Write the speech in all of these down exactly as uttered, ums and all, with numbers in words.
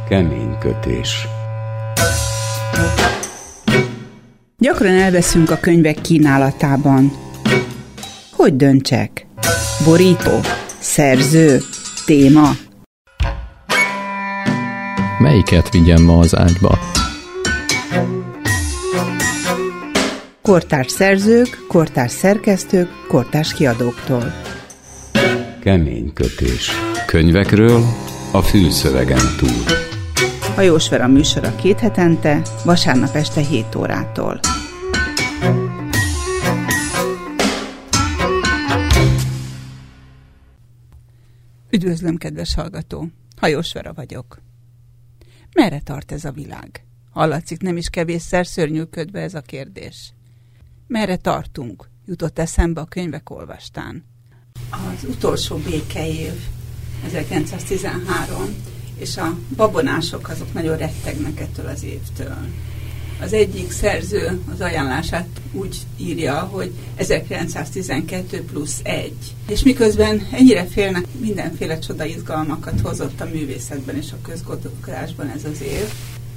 Kemény kötés. Gyakran elveszünk a könyvek kínálatában. Hogy döntsek? Borító? Szerző? Téma? Melyiket vigyem ma az ágyba? Kortárs szerzők, kortárs szerkesztők, kortárs kiadóktól. Kemény kötés. Könyvekről a fülszövegen túl. Hajós Vera műsora két hetente, vasárnap este hét órától. Üdvözlöm, kedves hallgató! Hajós Vera vagyok. Merre tart ez a világ? Hallatszik, nem is kevésszer szörnyűködve ez a kérdés. Merre tartunk? Jutott eszembe a könyvek olvastán. Az utolsó békeév, ezerkilencszáztizenhárom, és a babonások azok nagyon rettegnek ettől az évtől. Az egyik szerző az ajánlását úgy írja, hogy ezerkilencszáztizenkettő plusz egy. És miközben ennyire félnek, mindenféle csodaizgalmakat hozott a művészetben és a közgondolkodásban ez az év,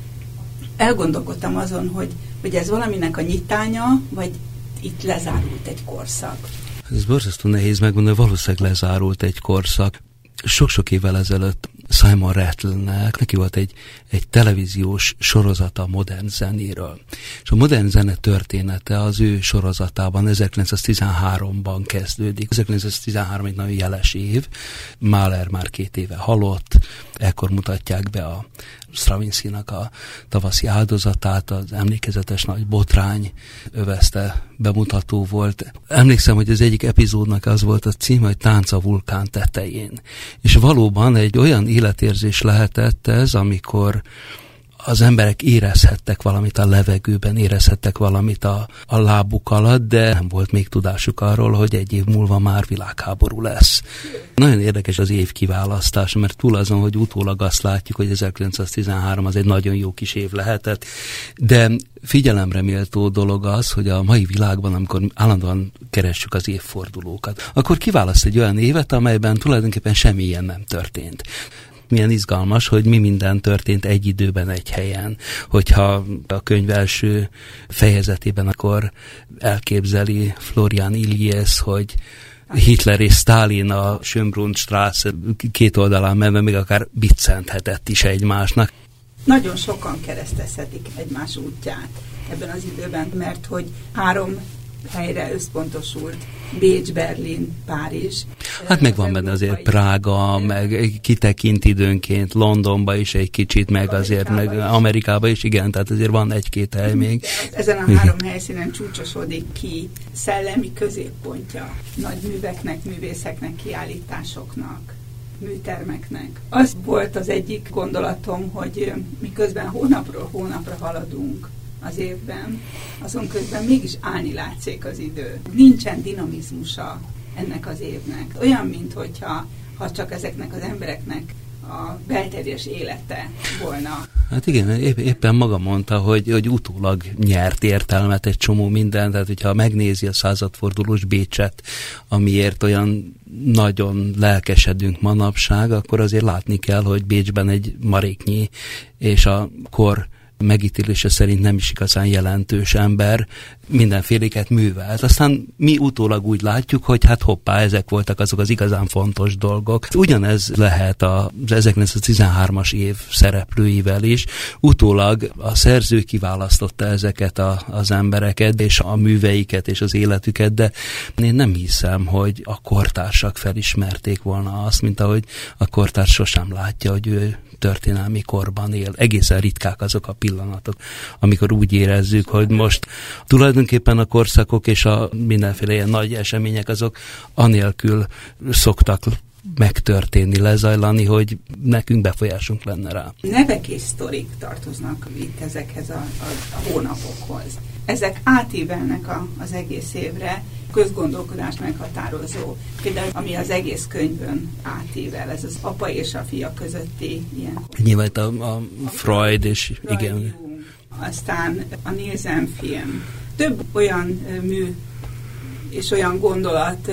elgondolkodtam azon, hogy, hogy ez valaminek a nyitánya, vagy itt lezárult egy korszak. Ez borzasztó nehéz megmondani, valószínűleg lezárult egy korszak. Sok-sok évvel ezelőtt Simon Rattle-nek, neki volt egy, egy televíziós sorozata a modern zenéről. És a modern zene története az ő sorozatában ezerkilencszáztizenháromban kezdődik. ezerkilencszáztizenhárom egy nagyon jeles év, Mahler már két éve halott, ekkor mutatják be a Stravinskynak a tavaszi áldozatát, az emlékezetes nagy botrány övezte bemutató volt. Emlékszem, hogy az egyik epizódnak az volt a címe, hogy Tánc a vulkán tetején. És valóban egy olyan életérzés lehetett ez, amikor az emberek érezhettek valamit a levegőben, érezhettek valamit a, a lábuk alatt, de nem volt még tudásuk arról, hogy egy év múlva már világháború lesz. Nagyon érdekes az év kiválasztás, mert túl azon, hogy utólag azt látjuk, hogy ezerkilencszáztizenhárom az egy nagyon jó kis év lehetett, de figyelemre méltó dolog az, hogy a mai világban, amikor állandóan keressük az évfordulókat, akkor kiválaszt egy olyan évet, amelyben tulajdonképpen semmi ilyen nem történt. Milyen izgalmas, hogy mi minden történt egy időben, egy helyen. Hogyha a könyv első fejezetében akkor elképzeli Florian Illies, hogy Hitler és Sztálin a Schönbrunn-Straße két oldalán menve még akár biccenthetett is egymásnak. Nagyon sokan keresztezhetik egymás útját ebben az időben, mert hogy három helyre összpontosult: Bécs, Berlin, Párizs. Hát megvan benne azért Prága, meg kitekint időnként Londonba is egy kicsit, meg azért meg Amerikába is, igen, tehát azért van egy-két hely még. Ezen a három helyszínen csúcsosodik ki szellemi középpontja nagy műveknek, művészeknek, kiállításoknak, műtermeknek. Az volt az egyik gondolatom, hogy miközben hónapról hónapra haladunk az évben, azon közben mégis állni látszik az idő. Nincsen dinamizmusa ennek az évnek. Olyan, minthogyha ha csak ezeknek az embereknek a belterjes élete volna. Hát igen, épp, éppen maga mondta, hogy, hogy utólag nyert értelmet egy csomó minden, tehát hogyha megnézi a századfordulós Bécset, amiért olyan nagyon lelkesedünk manapság, akkor azért látni kell, hogy Bécsben egy maréknyi és a kor megítélése szerint nem is igazán jelentős ember mindenféléket művelt. Aztán mi utólag úgy látjuk, hogy hát hoppá, ezek voltak azok az igazán fontos dolgok. Ugyanez lehet az ezerkilencszáztizenhármas év szereplőivel is. Utólag a szerző kiválasztotta ezeket a, az embereket, és a műveiket, és az életüket, de én nem hiszem, hogy a kortársak felismerték volna azt, mint ahogy a kortárs sosem látja, hogy ő történelmi korban él. Egészen ritkák azok a pillanatok, amikor úgy érezzük, hogy most tulajdonképpen a korszakok és a mindenféle ilyen nagy események azok anélkül szoktak megtörténni, lezajlani, hogy nekünk befolyásunk lenne rá. Nevek és sztorik tartoznak itt ezekhez a, a, a hónapokhoz. Ezek átívelnek a, az egész évre, közgondolkodás meghatározó. Például, ami az egész könyvön átível, ez az apa és a fia közötti ilyen. Nyilván a, a Freud és Freud, igen. Jung, aztán a Nielsen film. Több olyan mű és olyan gondolat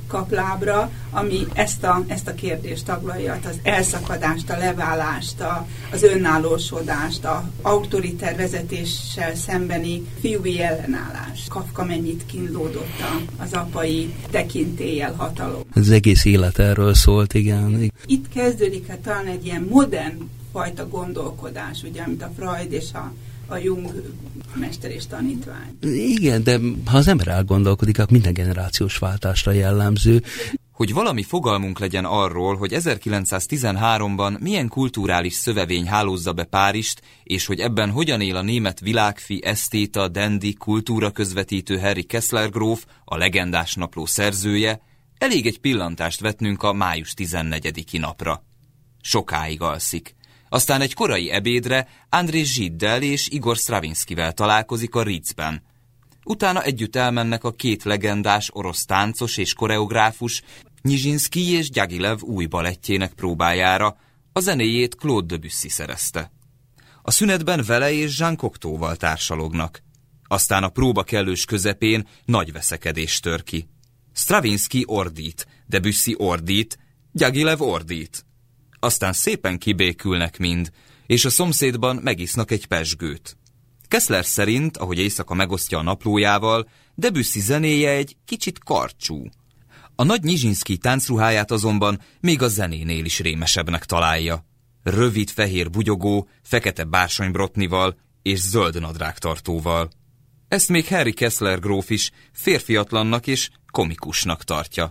kap lábra, ami ezt a, ezt a kérdést taglalja, az elszakadást, a leválást, a, az önállósodást, a autoriter vezetéssel szembeni fiúi ellenállást. Kafka mennyit kínlódott az apai tekintéllyel, hatalom. Az egész élet erről szólt, igen. Itt kezdődik hát talán egy ilyen modern fajta gondolkodás, ugye, amit a Freud és a, a Jung mester és tanítvány. Igen, de ha az ember elgondolkodik, akkor minden generációs váltásra jellemző. Hogy valami fogalmunk legyen arról, hogy ezerkilencszáztizenháromban milyen kulturális szövevény hálózza be Párizst, és hogy ebben hogyan él a német világfi, esztéta, dendi, kultúra közvetítő Harry Kessler gróf, a legendás napló szerzője, elég egy pillantást vetnünk a május tizennegyediki napra. Sokáig alszik. Aztán egy korai ebédre André Giddel és Igor Stravinskivel találkozik a Ritzben. Utána együtt elmennek a két legendás orosz táncos és koreográfus Nijinsky és Gyagilev új balettjének próbájára, a zenéjét Claude Debussy szerezte. A szünetben vele és Jean Cocteauval társalognak. Aztán a próba kellős közepén nagy veszekedés tör ki. Stravinsky ordít, Debussy ordít, Gyagilev ordít. Aztán szépen kibékülnek mind, és a szomszédban megisznak egy pezsgőt. Kessler szerint, ahogy éjszaka megosztja a naplójával, Debussy zenéje egy kicsit karcsú. A nagy Nijinsky táncruháját azonban még a zenénél is rémesebbnek találja. Rövid fehér bugyogó, fekete bársonybrotnival és zöld nadrágtartóval. Ezt még Harry Kessler gróf is férfiatlannak és komikusnak tartja.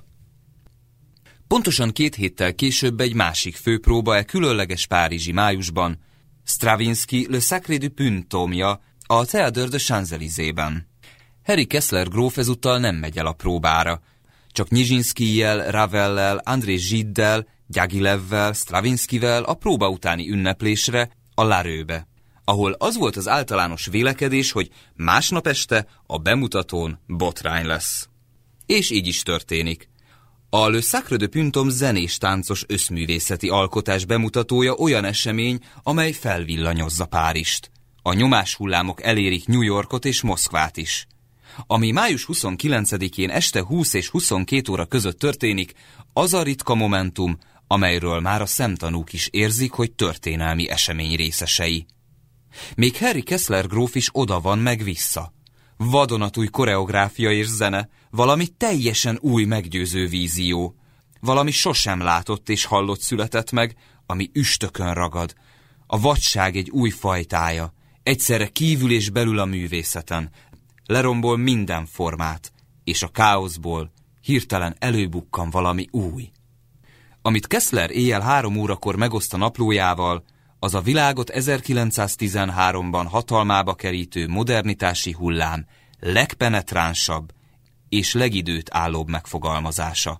Pontosan két héttel később egy másik főpróba e különleges párizsi májusban, Stravinsky Le Sacré du Punt-tomja a Théâtre de Champs-Élysées-ben. Harry Kessler gróf ezúttal nem megy el a próbára, csak Nijinskyjel, Ravellel, André Giddel, Gyagilevvel, Stravinskyvel a próba utáni ünneplésre, a Larőbe, ahol az volt az általános vélekedés, hogy másnap este a bemutatón botrány lesz. És így is történik. A Le Sacré du Punt-tom zenés-táncos összművészeti alkotás bemutatója olyan esemény, amely felvillanyozza Párizst. A nyomáshullámok elérik New Yorkot és Moszkvát is. Ami május huszonkilencedikén este húsz és huszonkét óra között történik, az a ritka momentum, amelyről már a szemtanúk is érzik, hogy történelmi esemény részesei. Még Harry Kessler gróf is oda van meg vissza. Vadonatúj koreográfia és zene, valami teljesen új meggyőző vízió. Valami sosem látott és hallott született meg, ami üstökön ragad. A vadság egy új fajtája, egyszerre kívül és belül a művészeten. Lerombol minden formát, és a káoszból hirtelen előbukkan valami új. Amit Kessler éjjel három órakor megoszt a naplójával, az a világot ezerkilencszáztizenháromban hatalmába kerítő modernitási hullám legpenetránsabb és legidőt állóbb megfogalmazása.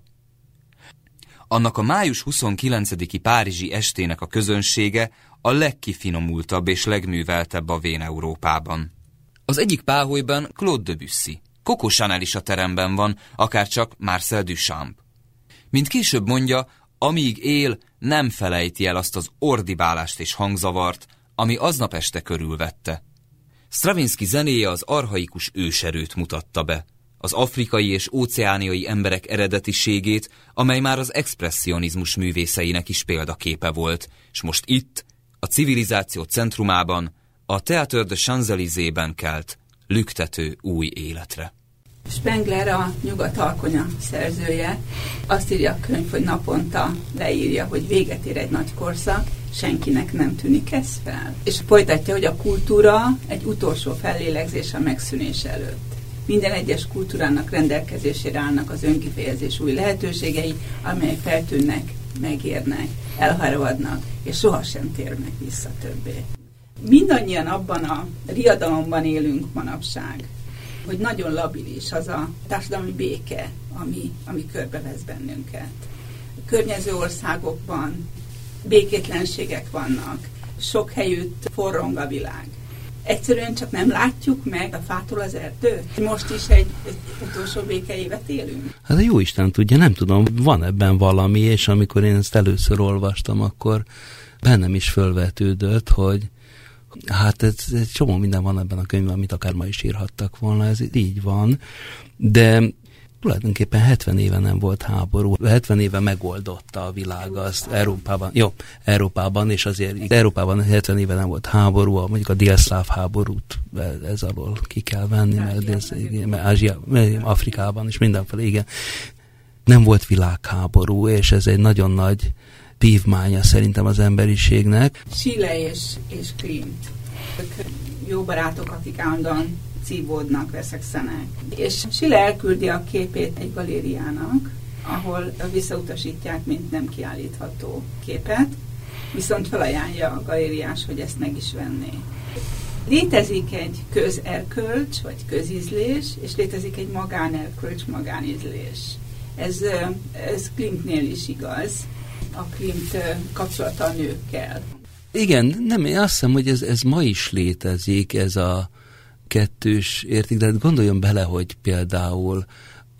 Annak a május huszonkilencediki párizsi estének a közönsége a legkifinomultabb és legműveltebb a vén Európában. Az egyik páholyban Claude Debussy, Coco Chanel is a teremben van, akárcsak Marcel Duchamp. Mint később mondja, amíg él, nem felejti el azt az ordibálást és hangzavart, ami aznap este körülvette. Stravinsky zenéje az archaikus őserőt mutatta be, az afrikai és óceániai emberek eredetiségét, amely már az expresszionizmus művészeinek is példaképe volt, és most itt, a civilizáció centrumában, a Théâtre de Champs-Élysées-ben kelt, lüktető új életre. Spengler, a Nyugat alkonya szerzője, azt írja a könyv, hogy naponta leírja, hogy véget ér egy nagy korszak, senkinek nem tűnik ez fel. És folytatja, hogy a kultúra egy utolsó fellélegzés a megszűnés előtt. Minden egyes kultúrának rendelkezésére állnak az önkifejezés új lehetőségei, amelyek feltűnnek, megérnek, elharadnak, és sohasem térnek vissza többé. Mindannyian abban a riadalomban élünk manapság, hogy nagyon labilis az a társadalmi béke, ami, ami körbevesz bennünket. A környező országokban békétlenségek vannak, sok helyütt forrong a világ. Egyszerűen csak nem látjuk meg a fától az erdőt. Most is egy, egy utolsó békeévet élünk. Hát a jóisten tudja, nem tudom, van ebben valami, és amikor én ezt először olvastam, akkor bennem is fölvetődött, hogy hát ez, egy csomó minden van ebben a könyvben, amit akár ma is írhattak volna, ez így van, de tulajdonképpen hetven éve nem volt háború. hetven éve megoldotta a világ azt Európában. Jó, Európában, és azért Európában hetven éve nem volt háború, mondjuk a délszláv háborút ez alól ki kell venni, mert, mert Ázsia, Afrikában is mindenféle, igen. Nem volt világháború, és ez egy nagyon nagy vívmánya szerintem az emberiségnek. Chile és, és Klimt. Jó barátok, akik állandóan szívódnak, veszekszenek. És Chile elküldi a képét egy galériának, ahol visszautasítják, mint nem kiállítható képet, viszont felajánlja a galériás, hogy ezt meg is venné. Létezik egy közerkölcs, vagy közízlés, és létezik egy magánerkölcs, magánízlés. Ez, ez Klimtnél is igaz, a Klimt kapcsolata a nőkkel. Igen, nem, én azt hiszem, hogy ez, ez ma is létezik, ez a kettős érték, de gondoljon bele, hogy például a,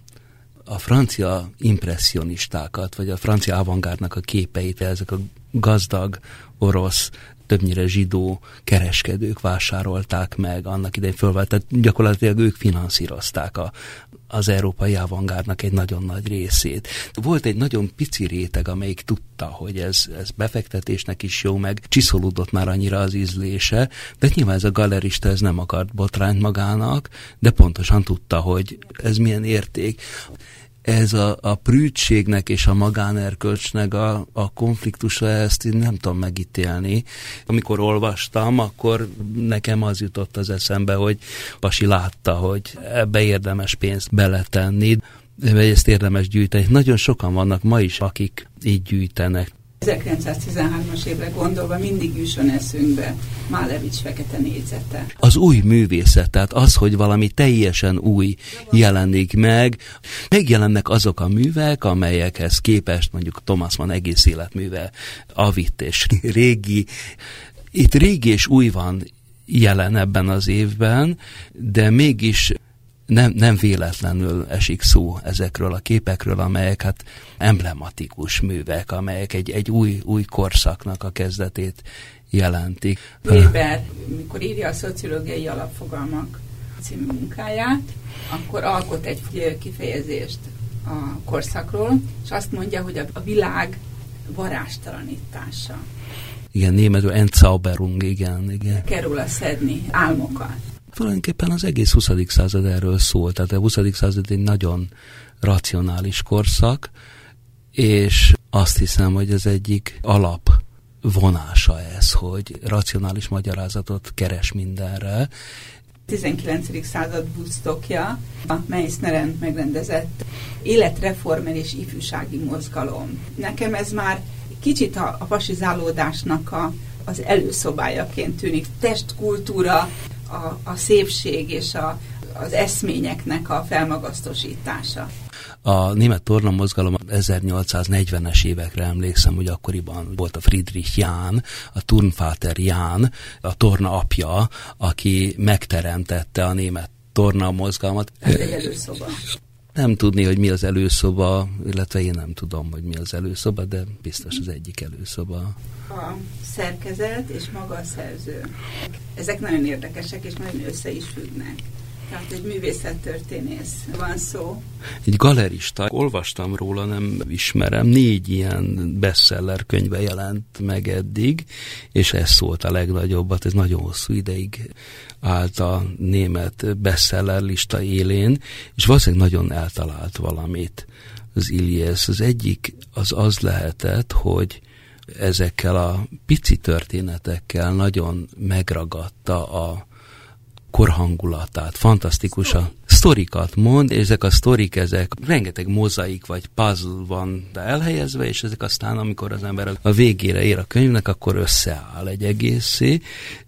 a francia impressionistákat, vagy a francia avantgárdnak a képeit, ezek a gazdag orosz, többnyire zsidó kereskedők vásárolták meg annak idején fölvált, tehát gyakorlatilag ők finanszírozták a, az európai avantgárdnak egy nagyon nagy részét. Volt egy nagyon pici réteg, amelyik tudta, hogy ez, ez befektetésnek is jó, meg csiszolódott már annyira az ízlése, de nyilván ez a galerista ez nem akart botrányt magának, de pontosan tudta, hogy ez milyen érték. Ez a, a prűdségnek és a magánerkölcsnek a, a konfliktusa, ezt én nem tudom megítélni. Amikor olvastam, akkor nekem az jutott az eszembe, hogy Pasi látta, hogy ebbe érdemes pénzt beletenni, vagy ezt érdemes gyűjteni. Nagyon sokan vannak ma is, akik így gyűjtenek. ezerkilencszáztizenhármas évre gondolva mindig jusson eszünkbe Málevics Fekete négyzete. Az új művészet, tehát az, hogy valami teljesen új jelenik meg. Megjelennek azok a művek, amelyekhez képest mondjuk Thomas Mann egész életműve avitt és régi. Itt régi és új van jelen ebben az évben, de mégis Nem, nem véletlenül esik szó ezekről a képekről, amelyek hát emblematikus művek, amelyek egy, egy új, új korszaknak a kezdetét jelentik. Weber, mikor írja a Szociológiai Alapfogalmak című munkáját, akkor alkot egy kifejezést a korszakról, és azt mondja, hogy a világ varástalanítása. Igen, németül Entzauberung, igen, igen. Kell róla szedni álmokat. Tulajdonképpen az egész huszadik század erről szól, tehát a huszadik század egy nagyon racionális korszak, és azt hiszem, hogy az egyik alapvonása ez, hogy racionális magyarázatot keres mindenre. tizenkilencedik század Woodstockja, a Meissneren megrendezett életreformer és ifjúsági mozgalom. Nekem ez már kicsit a, a pasizálódásnak a, az előszobájaként tűnik. Testkultúra, A, a szépség és a, az eszményeknek a felmagasztosítása. A német torna mozgalom ezernyolcszáznegyvenes évekre emlékszem, hogy akkoriban volt a Friedrich Jahn, a Turnvater Jahn, a torna apja, aki megteremtette a német torna mozgalmat. Ez egy előszoba. Nem tudni, hogy mi az előszoba, illetve én nem tudom, hogy mi az előszoba, de biztos az egyik előszoba. A szerkezet és maga a szerző. Ezek nagyon érdekesek, és nagyon össze is függnek. Tehát egy művészettörténész van szó. Egy galerista, olvastam róla, nem ismerem, négy ilyen bestseller könyve jelent meg eddig, és ez szólt a legnagyobbat, ez nagyon hosszú ideig állt a német bestseller lista élén, és valószínűleg nagyon eltalált valamit az Ilyes. Az egyik az az lehetett, hogy ezekkel a pici történetekkel nagyon megragadta a korhangulatát, fantasztikus a sztorikat mond, és ezek a sztorik, ezek rengeteg mozaik vagy puzzle van elhelyezve, és ezek aztán, amikor az ember a végére ér a könyvnek, akkor összeáll egy egészé.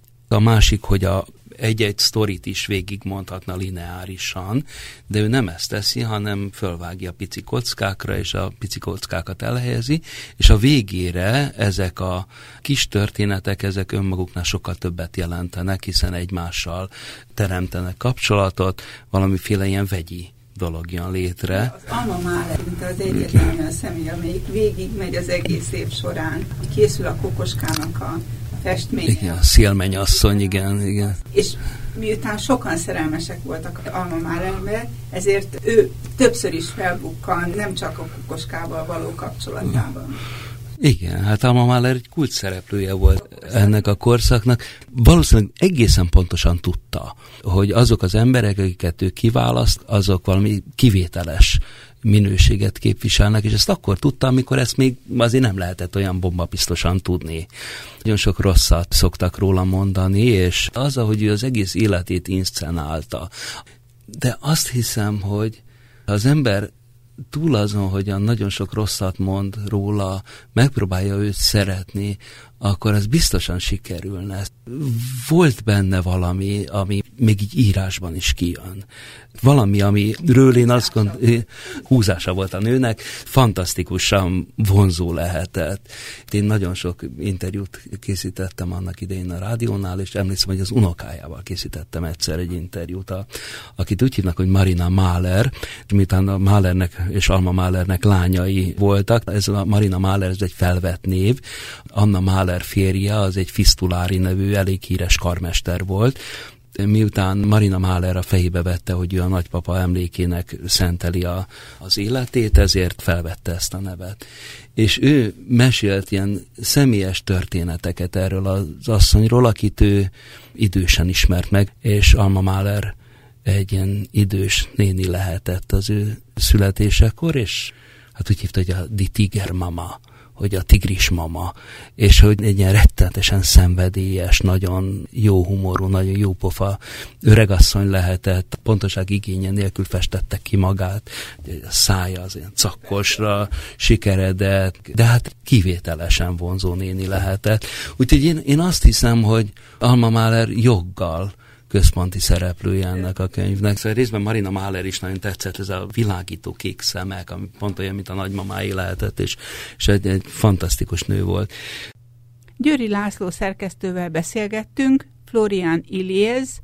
A másik, hogy a egy-egy sztorit is végigmondhatna lineárisan, de ő nem ezt teszi, hanem fölvágja pici kockákra, és a pici kockákat elhelyezi, és a végére ezek a kis történetek, ezek önmaguknál sokkal többet jelentenek, hiszen egymással teremtenek kapcsolatot, valamiféle ilyen vegyi dolog jön létre. Az Alma Mahler, mint az egyetlen olyan személy, amelyik végig megy az egész év során. Készül a Kokoskának a festmény. Igen, Szélmenyasszony, igen, igen. És miután sokan szerelmesek voltak Alma Mahlerbe, ezért ő többször is felbukkan, nem csak a Kukoskával való kapcsolatában. Igen, hát Alma Mahler egy kult szereplője volt ennek a korszaknak. Valószínűleg egészen pontosan tudta, hogy azok az emberek, akiket ő kiválaszt, azok valami kivételes minőséget képviselnek, és ezt akkor tudtam, amikor ezt még azért nem lehetett olyan bombabiztosan tudni. Nagyon sok rosszat szoktak róla mondani, és az, ahogy ő az egész életét inscenálta. De azt hiszem, hogy az ember túl azon, hogy nagyon sok rosszat mond róla, megpróbálja őt szeretni, akkor az biztosan sikerülne. Volt benne valami, ami még így írásban is kijön. Valami, amiről én azt gondolom, húzása volt a nőnek, fantasztikusan vonzó lehetett. Én nagyon sok interjút készítettem annak idején a rádiónál, és emlékszem, hogy az unokájával készítettem egyszer egy interjút, a, akit úgy hívnak, hogy Marina Mahler, miután a Mahlernek és Alma Mahlernek lányai voltak. Ez a Marina Mahler, ez egy felvett név. Anna Mahler férje, az egy Fisztulári nevű, elég híres karmester volt. Miután Marina Mahler a fejébe vette, hogy ő a nagypapa emlékének szenteli a, az életét, ezért felvette ezt a nevet. És ő mesélt ilyen személyes történeteket erről az asszonyról, akit ő idősen ismert meg, és Alma Mahler egy ilyen idős néni lehetett az ő születésekor, és hát úgy hívta, hogy a Die Tiger Mama, hogy a tigris mama, és hogy egy ilyen rettenetesen szenvedélyes, nagyon jó humorú, nagyon jó pofa öregasszony lehetett, pontoság igénye nélkül festette ki magát, a szája az ilyen cakkosra sikeredett, de hát kivételesen vonzó néni lehetett. Úgyhogy én, én azt hiszem, hogy Alma Mahler joggal központi szereplője ennek a könyvnek. Szóval részben Marina Mahler is nagyon tetszett, ez a világító kék szemek, ami pont olyan, mint a nagymamái lehetett, és, és egy, egy fantasztikus nő volt. Győri László szerkesztővel beszélgettünk, Florian Illiez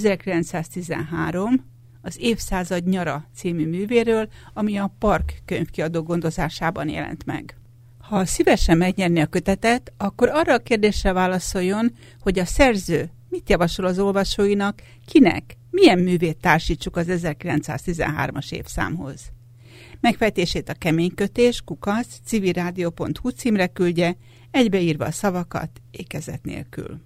ezerkilencszáztizenhárom, az Évszázad nyara című művéről, ami a Park könyvkiadó gondozásában jelent meg. Ha szívesen megnyerni a kötetet, akkor arra a kérdésre válaszoljon, hogy a szerző mit javasol az olvasóinak, kinek, milyen művét társítsuk az ezerkilencszáztizenhármas évszámhoz. Megfejtését a keménykötés kukac civilrádió pont hu címre küldje, egybeírva a szavakat ékezet nélkül.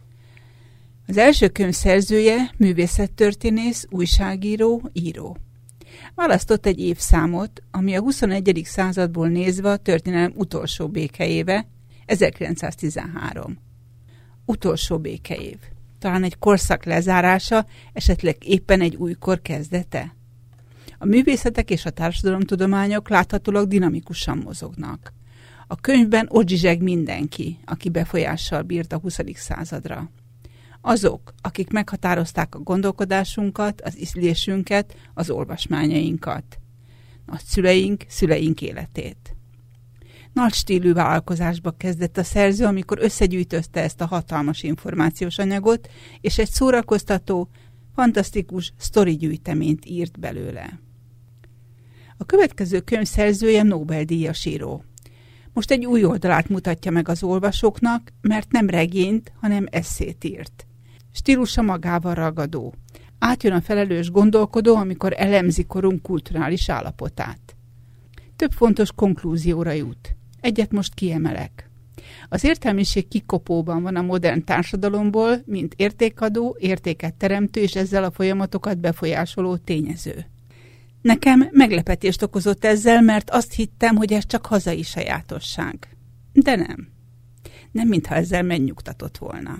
Az első könyv szerzője művészettörténész, újságíró, író. Választott egy évszámot, ami a huszonegyedik századból nézve a történelem utolsó békeéve, ezerkilencszáztizenhárom. Utolsó békeév. Talán egy korszak lezárása, esetleg éppen egy új kor kezdete? A művészetek és a társadalomtudományok láthatólag dinamikusan mozognak. A könyvben ott zsizseg mindenki, aki befolyással bírt a huszadik századra. Azok, akik meghatározták a gondolkodásunkat, az ízlésünket, az olvasmányainkat. Nagyszüleink, szüleink életét. Nagy stílű vállalkozásba kezdett a szerző, amikor összegyűjtözte ezt a hatalmas információs anyagot, és egy szórakoztató, fantasztikus sztorigyűjteményt írt belőle. A következő könyv szerzője Nobel-díjas író. Most egy új oldalát mutatja meg az olvasóknak, mert nem regényt, hanem esszét írt. Stílusa magával ragadó. Átjön a felelős gondolkodó, amikor elemzi korunk kulturális állapotát. Több fontos konklúzióra jut. Egyet most kiemelek. Az értelmiség kikopóban van a modern társadalomból, mint értékadó, értéket teremtő és ezzel a folyamatokat befolyásoló tényező. Nekem meglepetést okozott ezzel, mert azt hittem, hogy ez csak hazai sajátosság. De nem. Nem mintha ezzel megnyugtatott volna.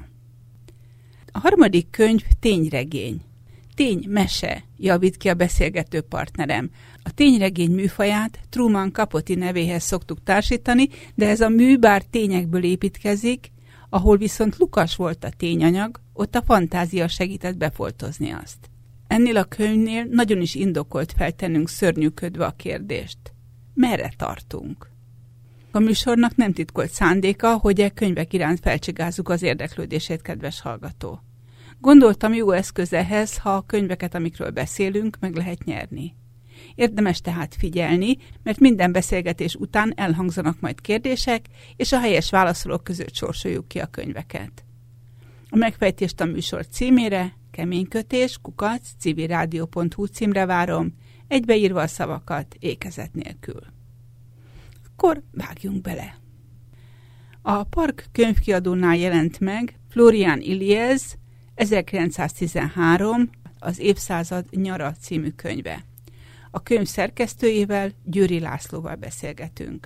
A harmadik könyv tényregény. Tény, mese, javít ki a beszélgető partnerem. A tényregény műfaját Truman Capote nevéhez szoktuk társítani, de ez a mű bár tényekből építkezik, ahol viszont lukas volt a tényanyag, ott a fantázia segített befoltozni azt. Ennél a könyvnél nagyon is indokolt feltennünk szörnyűködve a kérdést. Merre tartunk? A műsornak nem titkolt szándéka, hogy e könyvek iránt felcsigázzuk az érdeklődését, kedves hallgató. Gondoltam, jó eszköz ehhez, ha a könyveket, amikről beszélünk, meg lehet nyerni. Érdemes tehát figyelni, mert minden beszélgetés után elhangzanak majd kérdések, és a helyes válaszolók között sorsoljuk ki a könyveket. A megfejtést a műsor címére, keménykötés kukac civilrádió pont hu címre várom, egybeírva a szavakat ékezet nélkül. Akkor vágjunk bele. A Park könyvkiadónál jelent meg Florian Illiez ezerkilencszáztizenhárom az évszázad nyara című könyve. A könyv szerkesztőjével, Győri Lászlóval beszélgetünk.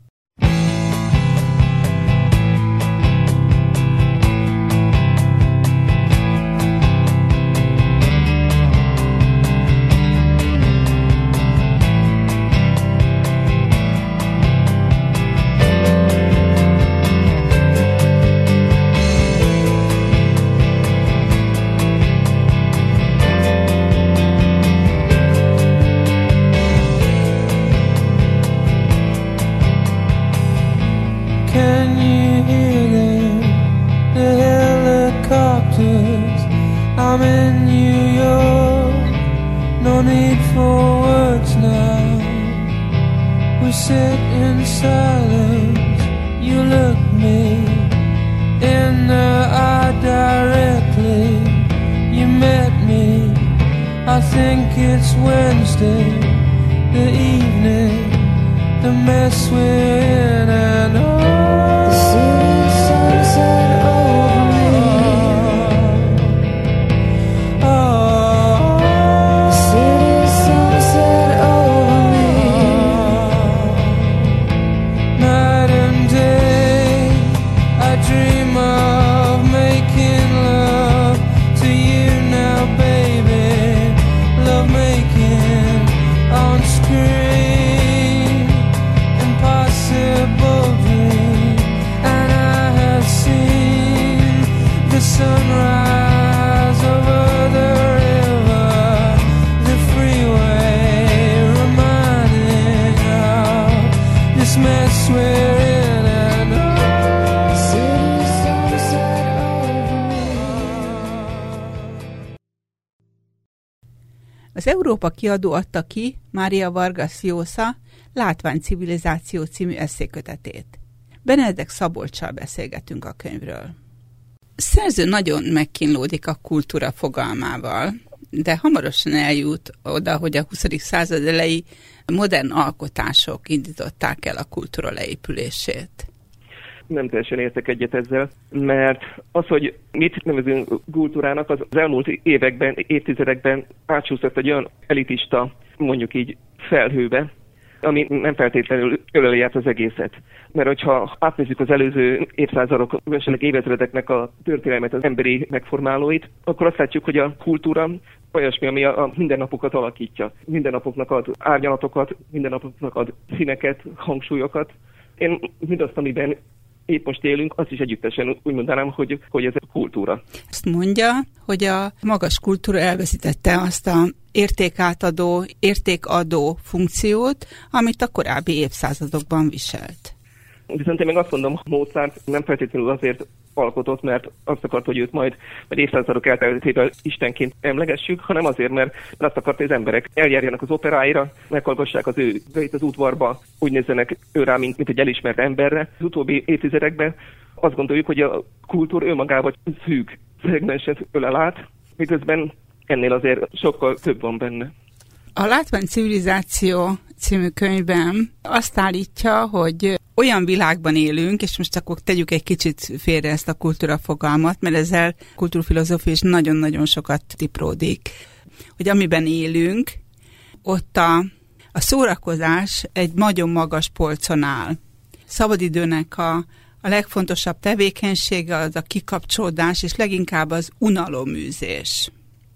Az Európa kiadó adta ki Mária Vargas Llosa Látványcivilizáció című esszékötetét. Benedek Szabolccsal beszélgetünk a könyvről. A szerző nagyon megkínlódik a kultúra fogalmával, de hamarosan eljut oda, hogy a huszadik század elejé modern alkotások indították el a kultúra leépülését. Nem teljesen értek egyet ezzel, mert az, hogy mit nevezünk kultúrának, az, az elmúlt években, évtizedekben átsúszott egy olyan elitista, mondjuk így felhőbe, ami nem feltétlenül öleli át az egészet. Mert hogyha átnézzük az előző évszázadok, esetleg évezredeknek a történelmet, az emberi megformálóit, akkor azt látjuk, hogy a kultúra olyasmi, ami a mindennapokat alakítja. Mindennapoknak ad árnyalatokat, mindennapoknak ad színeket, hangsúlyokat. Én mindazt, amiben épp most élünk, azt is együttesen úgy mondanám, hogy, hogy ez a kultúra. Azt mondja, hogy a magas kultúra elveszítette azt a értékátadó, értékadó funkciót, amit a korábbi évszázadokban viselt. Viszont én meg azt mondom, Mozart nem feltétlenül azért alkotott, mert azt akart, hogy őt majd, majd évszázadok elteltével istenként emlegessük, hanem azért, mert azt akart, hogy az emberek eljárjanak az operáira, meghallgassák az ő az udvarba, úgy nézzenek ő rá, mint, mint egy elismert emberre. Az utóbbi évtizedekben azt gondoljuk, hogy a kultúra önmagában szűk szegmenset ölel át, miközben ennél azért sokkal több van benne. A Látványcivilizáció című könyvben azt állítja, hogy olyan világban élünk, és most akkor tegyük egy kicsit félre ezt a kultúra fogalmat, mert ezzel kultúrfilozófia is nagyon-nagyon sokat tipródik, hogy amiben élünk, ott a, a szórakozás egy nagyon magas polcon áll. Szabadidőnek a, a legfontosabb tevékenysége az a kikapcsolódás, és leginkább az unaloműzés.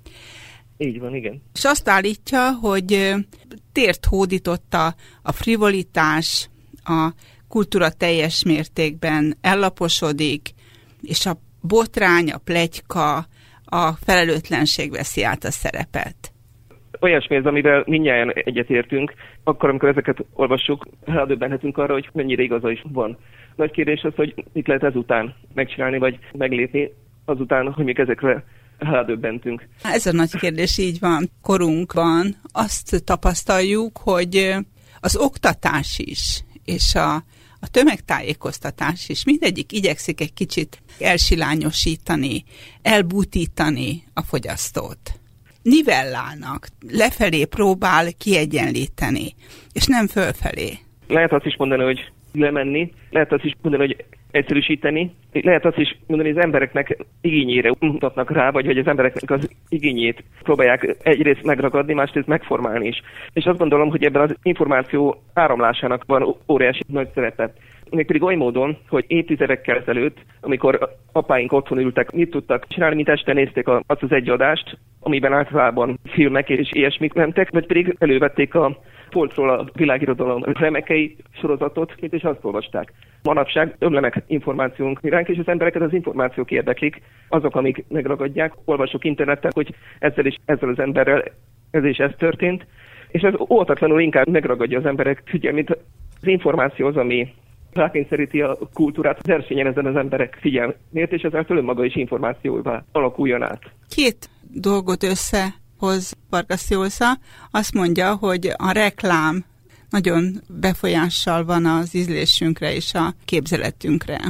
Így van, igen. És azt állítja, hogy tért hódította a frivolitás, a kultúra teljes mértékben ellaposodik, és a botrány, a pletyka, a felelőtlenség veszi át a szerepet. Olyasmi ez, amivel mindnyáján egyetértünk, akkor, amikor ezeket olvassuk, rádöbbenhetünk arra, hogy mennyire igaza is van. Nagy kérdés az, hogy mit lehet ezután megcsinálni, vagy meglépni azután, hogy még ezekre rádöbbentünk. Ez a nagy kérdés, így van. Korunkban azt tapasztaljuk, hogy az oktatás is, és a, a tömegtájékoztatás is, mindegyik igyekszik egy kicsit elsilányosítani, elbutítani a fogyasztót. Nivellálnak, lefelé próbál kiegyenlíteni, és nem fölfelé. Lehet azt is mondani, hogy lemenni, lehet azt is mondani, hogy egyszerűsíteni, lehet azt is mondani, hogy az embereknek igényére mutatnak rá, vagy hogy az embereknek az igényét próbálják egyrészt megragadni, másrészt megformálni is. És azt gondolom, hogy ebben az információ áramlásának van óriási nagy szerepe. Mégpedig oly módon, hogy évtizedekkel ezelőtt, amikor apáink otthon ültek, mit tudtak csinálni, mint este nézték azt az egy adást, amiben általában filmek és ilyesmik mentek, vagy pedig elővették a polcról a világirodalom remekei sorozatot, és azt olvasták. Manapság ömlenek információnk iránk, és az embereket az információk érdeklik, azok, amik megragadják. Olvasok interneten, hogy ezzel is, ezzel az emberrel ez és ez történt, és ez óvatatlanul inkább megragadja az emberek figyelmét. Az információ az, ami rákényszeríti a kultúrát, versenyen ezen az emberek figyelmét, és ezáltal önmaga is információvá alakuljon át. Két dolgot összehoz Vargas Llosa. Azt mondja, hogy a reklám nagyon befolyással van az ízlésünkre és a képzeletünkre.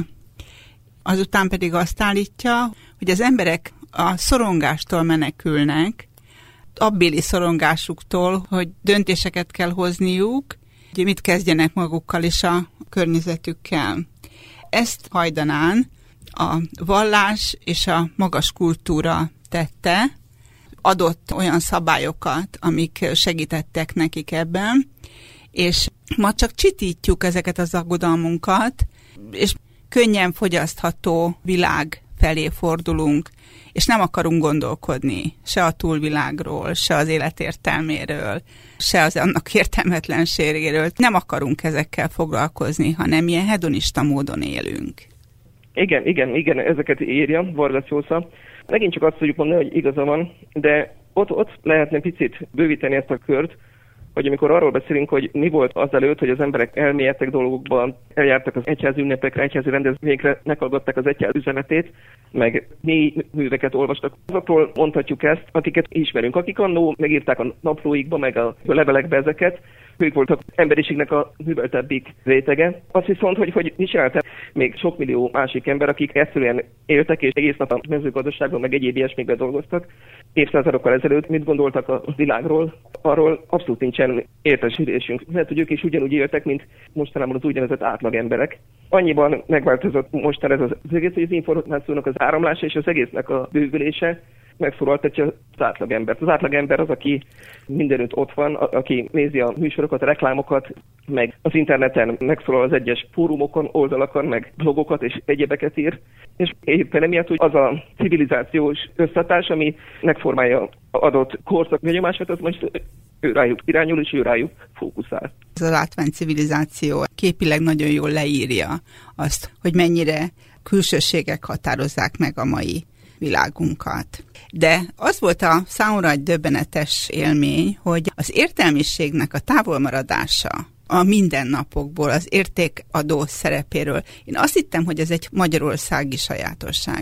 Azután pedig azt állítja, hogy az emberek a szorongástól menekülnek, abbéli szorongásuktól, hogy döntéseket kell hozniuk, hogy mit kezdjenek magukkal és a környezetükkel. Ezt hajdanán a vallás és a magas kultúra tette, adott olyan szabályokat, amik segítettek nekik ebben, és ma csak csitítjuk ezeket az aggodalmunkat, és könnyen fogyasztható világ felé fordulunk, és nem akarunk gondolkodni se a túlvilágról, se az életértelméről, se az annak értelmetlenségéről. Nem akarunk ezekkel foglalkozni, hanem ilyen hedonista módon élünk. Igen, igen, igen, ezeket írja Vargas Llosa. Megint csak azt tudjuk mondani, hogy igaza van, de ott, ott lehetne picit bővíteni ezt a kört, hogy amikor arról beszélünk, hogy mi volt azelőtt, hogy az emberek elmélyedtek dolgokban, eljártak az egyházi ünnepekre, egyházi rendezvényekre, meghallgatták az egyház üzenetét, meg mély műveket olvastak. Azokról mondhatjuk ezt, akiket ismerünk, akik annó megírták a naplóikba, meg a levelekbe ezeket, ők voltak emberiségnek a műveltebbik rétege. Azt viszont, hogy, hogy mi csináltak még sok millió másik ember, akik egyszerűen éltek, és egész nap a mezőgazdaságban, meg egyéb ilyesmikben dolgoztak. Évszázadokkal ezelőtt mit gondoltak a világról, arról abszolút nincsen értesülésünk. Lehet, hogy ők is ugyanúgy éltek, mint mostanában az úgynevezett átlag emberek. Annyiban megváltozott mostan ez az egész, hogy az információnak az áramlása és az egésznek a bővülése megszólaltatja az átlagembert. Az átlagember az, aki mindenütt ott van, aki nézi a műsorokat, a reklámokat, meg az interneten megszólal az egyes fórumokon, oldalakon, meg blogokat és egyebeket ír. És éppen emiatt, hogy az a civilizációs összhatás, ami megformálja adott korszak benyomását, az most ő rájuk irányul, és ő rájuk fókuszál. Ez a látványcivilizáció képileg nagyon jól leírja azt, hogy mennyire külsőségek határozzák meg a mai világunkat. De az volt a számomra egy döbbenetes élmény, hogy az értelmiségnek a távolmaradása a mindennapokból, az értékadó szerepéről. Én azt hittem, hogy ez egy magyarországi sajátosság.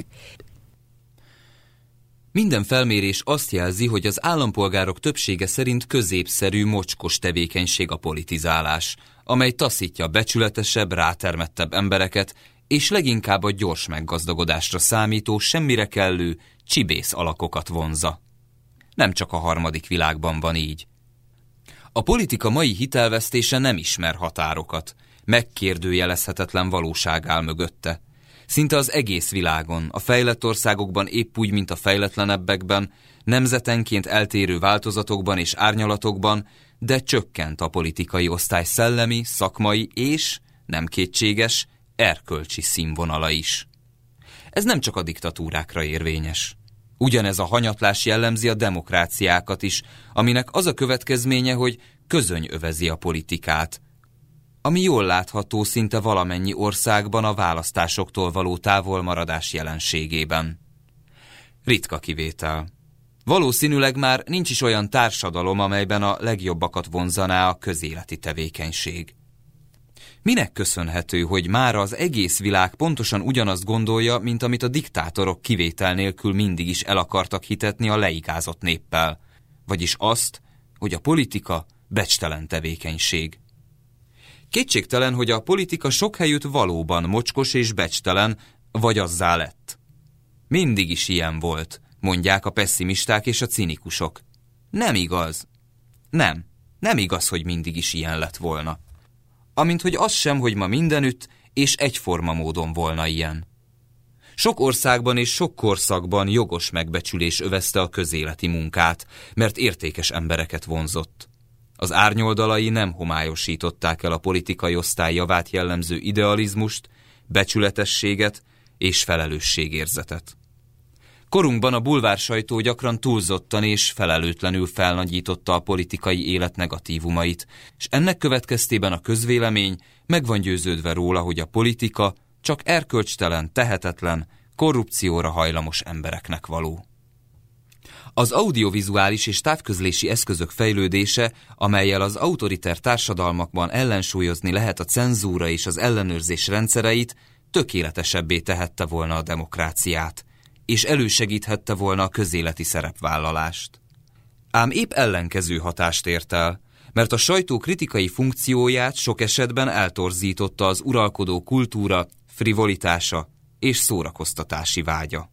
Minden felmérés azt jelzi, hogy az állampolgárok többsége szerint középszerű, mocskos tevékenység a politizálás, amely taszítja a becsületesebb, rátermettebb embereket, és leginkább a gyors meggazdagodásra számító, semmire kellő, csibész alakokat vonzza. Nem csak a harmadik világban van így. A politika mai hitelvesztése nem ismer határokat, megkérdőjelezhetetlen valóság áll mögötte. Szinte az egész világon, a fejlett országokban épp úgy, mint a fejletlenebbekben, nemzetenként eltérő változatokban és árnyalatokban, de csökkent a politikai osztály szellemi, szakmai és, nem kétséges, erkölcsi színvonala is. Ez nem csak a diktatúrákra érvényes. Ugyanez a hanyatlás jellemzi a demokráciákat is, aminek az a következménye, hogy közöny övezi a politikát, ami jól látható szinte valamennyi országban a választásoktól való távolmaradás jelenségében. Ritka kivétel. Valószínűleg már nincs is olyan társadalom, amelyben a legjobbakat vonzaná a közéleti tevékenység. Minek köszönhető, hogy mára az egész világ pontosan ugyanazt gondolja, mint amit a diktátorok kivétel nélkül mindig is el akartak hitetni a leigázott néppel, vagyis azt, hogy a politika becstelen tevékenység. Kétségtelen, hogy a politika sok helyütt valóban mocskos és becstelen, vagy azzá lett. Mindig is ilyen volt, mondják a pesszimisták és a cinikusok. Nem igaz. Nem, nem igaz, hogy mindig is ilyen lett volna. Amint hogy az sem, hogy ma mindenütt és egyforma módon volna ilyen. Sok országban és sok korszakban jogos megbecsülés övezte a közéleti munkát, mert értékes embereket vonzott. Az árnyoldalai nem homályosították el a politikai osztály javát jellemző idealizmust, becsületességet és felelősségérzetet. Korunkban a bulvársajtó gyakran túlzottan és felelőtlenül felnagyította a politikai élet negatívumait, és ennek következtében a közvélemény meg van győződve róla, hogy a politika csak erkölcstelen, tehetetlen, korrupcióra hajlamos embereknek való. Az audiovizuális és távközlési eszközök fejlődése, amellyel az autoriter társadalmakban ellensúlyozni lehet a cenzúra és az ellenőrzés rendszereit, tökéletesebbé tehette volna a demokráciát, és elősegíthette volna a közéleti szerepvállalást. Ám épp ellenkező hatást ért el, mert a sajtó kritikai funkcióját sok esetben eltorzította az uralkodó kultúra, frivolitása és szórakoztatási vágya.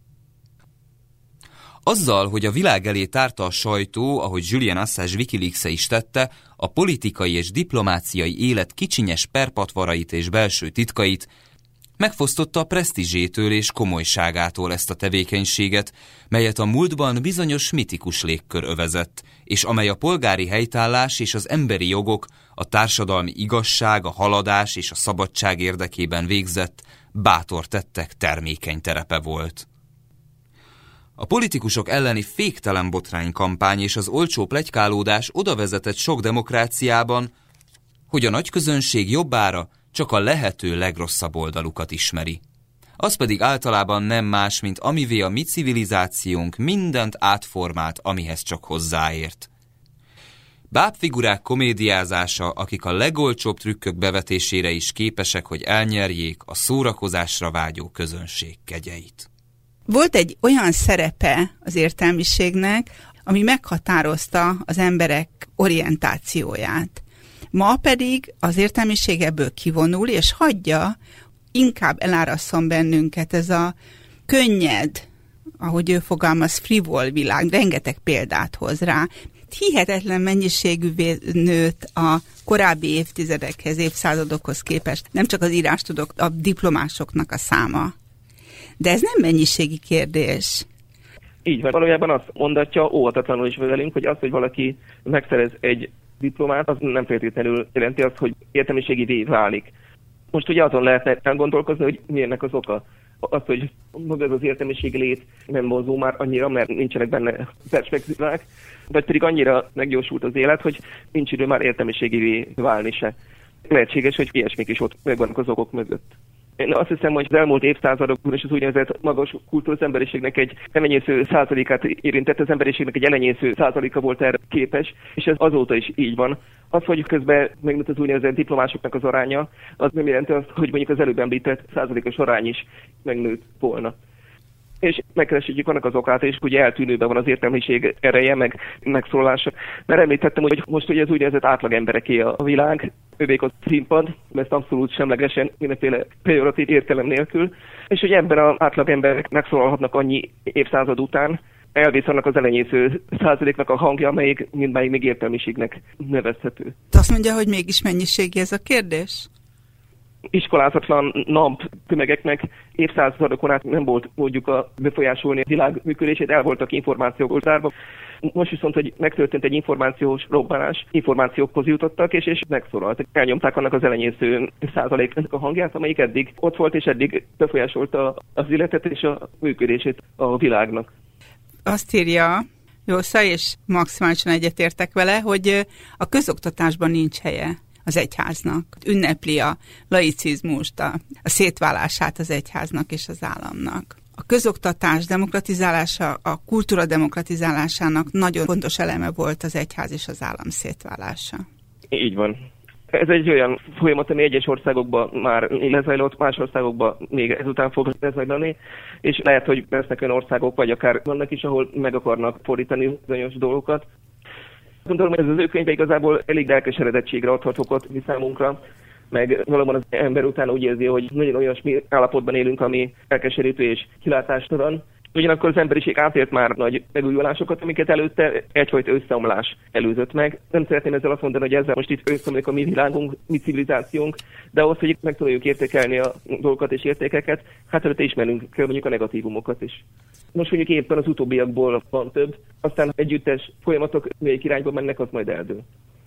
Azzal, hogy a világ elé tárta a sajtó, ahogy Julian Assange Wikileaks-e is tette, a politikai és diplomáciai élet kicsinyes perpatvarait és belső titkait, megfosztotta a presztízsétől és komolyságától ezt a tevékenységet, melyet a múltban bizonyos mitikus légkör övezett, és amely a polgári helytállás és az emberi jogok, a társadalmi igazság, a haladás és a szabadság érdekében végzett, bátor tettek termékeny terepe volt. A politikusok elleni féktelen botránykampány és az olcsó pletykálódás oda vezetett sok demokráciában, hogy a nagyközönség jobbára csak a lehető legrosszabb oldalukat ismeri. Az pedig általában nem más, mint amivé a mi civilizációnk mindent átformált, amihez csak hozzáért. Bábfigurák komédiázása, akik a legolcsóbb trükkök bevetésére is képesek, hogy elnyerjék a szórakozásra vágyó közönség kegyeit. Volt egy olyan szerepe az értelmiségnek, ami meghatározta az emberek orientációját. Ma pedig az értelmiség ebből kivonul, és hagyja, inkább elárasszon bennünket ez a könnyed, ahogy ő fogalmaz, frivol világ, rengeteg példát hoz rá. Hihetetlen mennyiségűvé nőtt a korábbi évtizedekhez, évszázadokhoz képest, nem csak az írástudók, a diplomásoknak a száma. De ez nem mennyiségi kérdés. Így van. Valójában azt mondatja óvatatlanul is velünk, hogy az, hogy valaki megszerez egy diplomát, az nem feltétlenül jelenti azt, hogy értelmiségivé válik. Most ugye azon lehetne elgondolkozni, hogy mi ennek az oka. Az, hogy maga ez az értelmiségi lét nem vonzó már annyira, mert nincsenek benne perspektívák, vagy pedig annyira meggyorsult az élet, hogy nincs idő már értelmiségivé válni se. Lehetséges, hogy ilyesmik is ott megvannak az okok mögött. Én azt hiszem, hogy az elmúlt évszázadokban is az úgynevezett magas kultúra az emberiségnek egy elenyésző százalékát érintett, az emberiségnek egy elenyésző százaléka volt erre képes, és ez azóta is így van. Az, hogy közben megnőtt az úgynevezett diplomásoknak az aránya, az nem jelenti azt, hogy mondjuk az előbb említett százalékos arány is megnőtt volna. És megkeresítjük annak az okát, és ugye eltűnőben van az értelmiség ereje, meg megszólalása. Mert említettem, hogy most ugye az úgynevezett átlag embereké a világ, övék a színpad, ezt abszolút semlegesen, mindenféle pejoratív értelem nélkül, és hogy ebben az átlag emberek megszólalhatnak annyi évszázad után, elvész annak az elenyésző százaléknak a hangja, amelyik mindmáig még értelmiségnek nevezhető. Azt mondja, hogy mégis mennyiségi ez a kérdés? Iskolázatlan nap tömegeknek évszázadokon át nem volt módjuk a befolyásolni a világ működését, el voltak információk zárva. Most viszont, hogy megtörtént egy információs robbanás, információkhoz jutottak, és, és megszólaltak. Elnyomták annak az elenyésző százaléknak a hangját, amelyik eddig ott volt, és eddig befolyásolta az életet és a működését a világnak. Azt írja Jósza, és maximálisan egyetértek vele, hogy a közoktatásban nincs helye az egyháznak. Ünnepli a laicizmust, a, a szétválását az egyháznak és az államnak. A közoktatás demokratizálása, a kultúra demokratizálásának nagyon fontos eleme volt az egyház és az állam szétválása. Így van. Ez egy olyan folyamat, ami egyes országokban már lezajlott, más országokban még ezután fog lezajlani, és lehet, hogy lesznek olyan országok, vagy akár vannak is, ahol meg akarnak fordítani bizonyos dolgokat. Gondolom, hogy ez az ő könyve igazából elég lelkeseredettségre adhat okot mi számunkra, meg valóban az ember után úgy érzi, hogy nagyon olyasmi állapotban élünk, ami elkeserítő és kilátástalan. Ugyanakkor az emberiség átélt már nagy megújulásokat, amiket előtte egyfajta összeomlás előzött meg. Nem szeretném ezzel azt mondani, hogy ezzel most itt összeomlik a mi világunk, mi civilizációnk, de ahhoz, hogy meg tudjuk értékelni a dolgokat és értékeket, hát előtte ismerünk kell mondjuk a negatívumokat is. Most mondjuk éppen az utóbbiakból van több, aztán együttes folyamatok melyik irányba mennek, az majd eldől.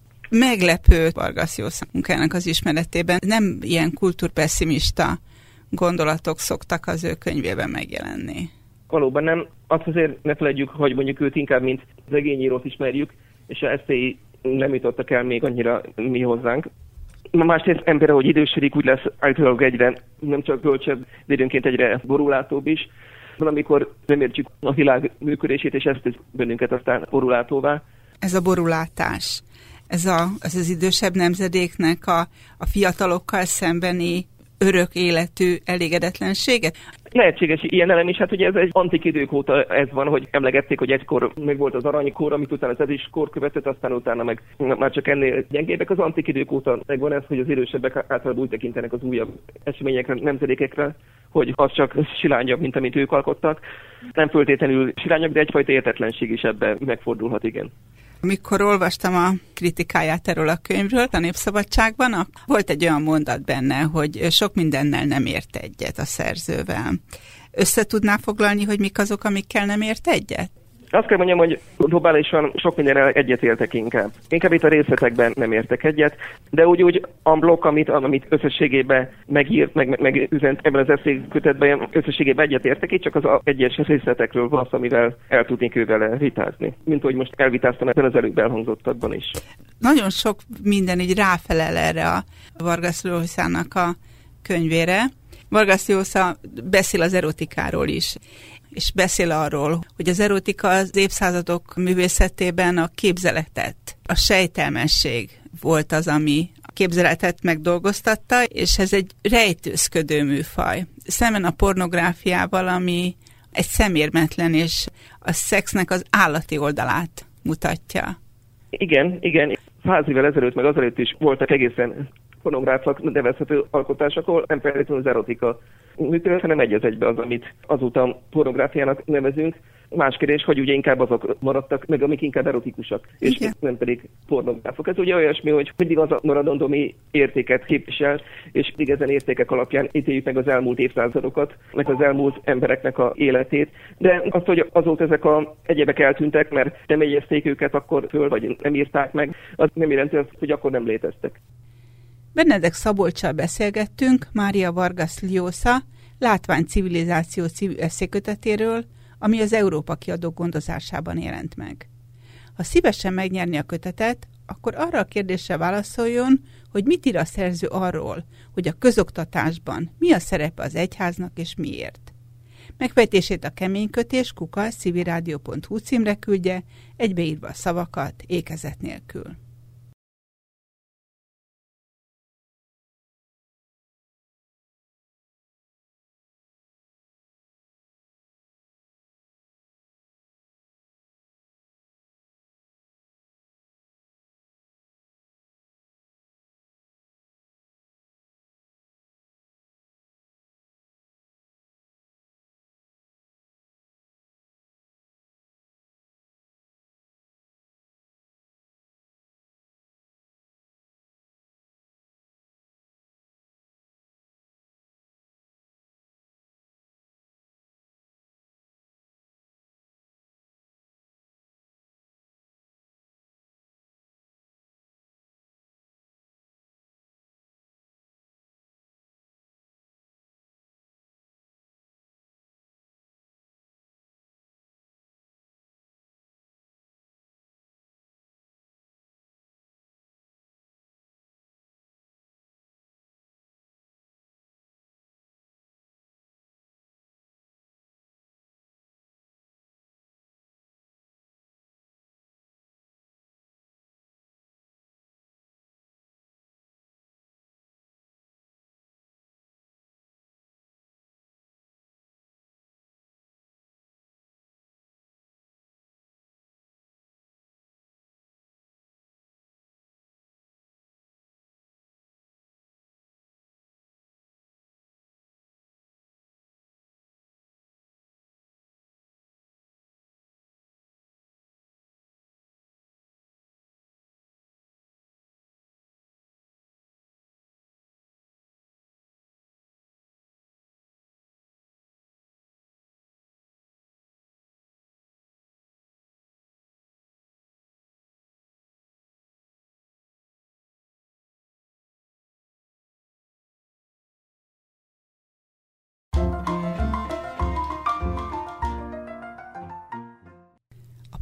Meglepő Vargas Llosa munkájának az ismeretében nem ilyen kultúrpesszimista gondolatok szoktak az ő könyvében megjelenni. Valóban nem. Azt azért ne felejtjük, hogy mondjuk őt inkább, mint regényírót ismerjük, és a eszéi nem jutottak el még annyira mi hozzánk. Másrészt ember, ahogy idősödik, úgy lesz általában egyre nem csak bölcsebb, de időnként egyre borulátóbb is. Valamikor nem értjük a világ működését, és ezt tesz bennünket aztán borulátóvá. Ez a borulátás, ez a, az, az idősebb nemzedéknek a, a fiatalokkal szembeni örök életű elégedetlensége? Lehetséges ilyen elem is, hát ugye ez egy antik idők óta ez van, hogy emlegették, hogy egykor meg volt az aranykor, amit utána az ezüstkor követett, aztán utána meg már csak ennél gyengébbek. Az antik idők óta megvan ez, hogy az idősebbek általában úgy tekintenek az újabb eseményekre, nemzedékekre, hogy az csak silányabb, mint amit ők alkottak. Nem föltétlenül silányabb, de egyfajta értetlenség is ebben megfordulhat, igen. Amikor olvastam a kritikáját erről a könyvről a Népszabadságban, volt egy olyan mondat benne, hogy sok mindennel nem ért egyet a szerzővel. Össze tudná foglalni, hogy mik azok, amikkel nem ért egyet? Azt kell mondjam, hogy globálisan sok mindenre egyet értek inkább. Inkább itt a részletekben nem értek egyet, de úgy, úgy a blokk, amit, amit összességében megírt, meg, meg, meg üzent ebben az eszékötetben, összességében egyet értek, itt csak az egyes részletekről van, amivel el tudnék ővel vitázni. Mint hogy most elvitáztam ebben az előbb elhangzottakban is. Nagyon sok minden így ráfelel erre a Vargas Llosának a könyvére. Vargas Llosa beszél az erotikáról is, és beszél arról, hogy az erotika az évszázadok művészetében a képzeletet, a sejtelmesség volt az, ami a képzeletet megdolgoztatta, és ez egy rejtőzködő műfaj. Szemben a pornográfiával, ami egy szemérmetlen, és a szexnek az állati oldalát mutatja. Igen, igen. Száz évvel ezelőtt, meg azelőtt is voltak egészen pornográfak nevezhető alkotások, ahol nem feltétlenül az erotika működött, hanem egy az egybe az, amit azután pornográfiának nevezünk. Más kérdés, hogy ugye inkább azok maradtak, meg amik inkább erotikusak, és igen, nem pedig pornográfok. Ez ugye olyasmi, hogy mindig az a maradandó, ami értéket képvisel, és mindig ezen értékek alapján ítéljük meg az elmúlt évszázadokat, meg az elmúlt embereknek a életét. De azt, hogy azóta ezek a egyebek eltűntek, mert nem jegyezték őket akkor föl, vagy nem írták meg, az nem jelenti azt, hogy akkor nem léteztek. Benedek Szabolccsal beszélgettünk Mária Vargas Llosa Látványcivilizáció című eszékötetéről, ami az Európa Kiadó gondozásában jelent meg. Ha szívesen megnyerni a kötetet, akkor arra a kérdésre válaszoljon, hogy mit ír a szerző arról, hogy a közoktatásban mi a szerepe az egyháznak és miért. Megfejtését a keménykötés kukac civilrádió pont hu címre küldje, egybeírva a szavakat ékezet nélkül.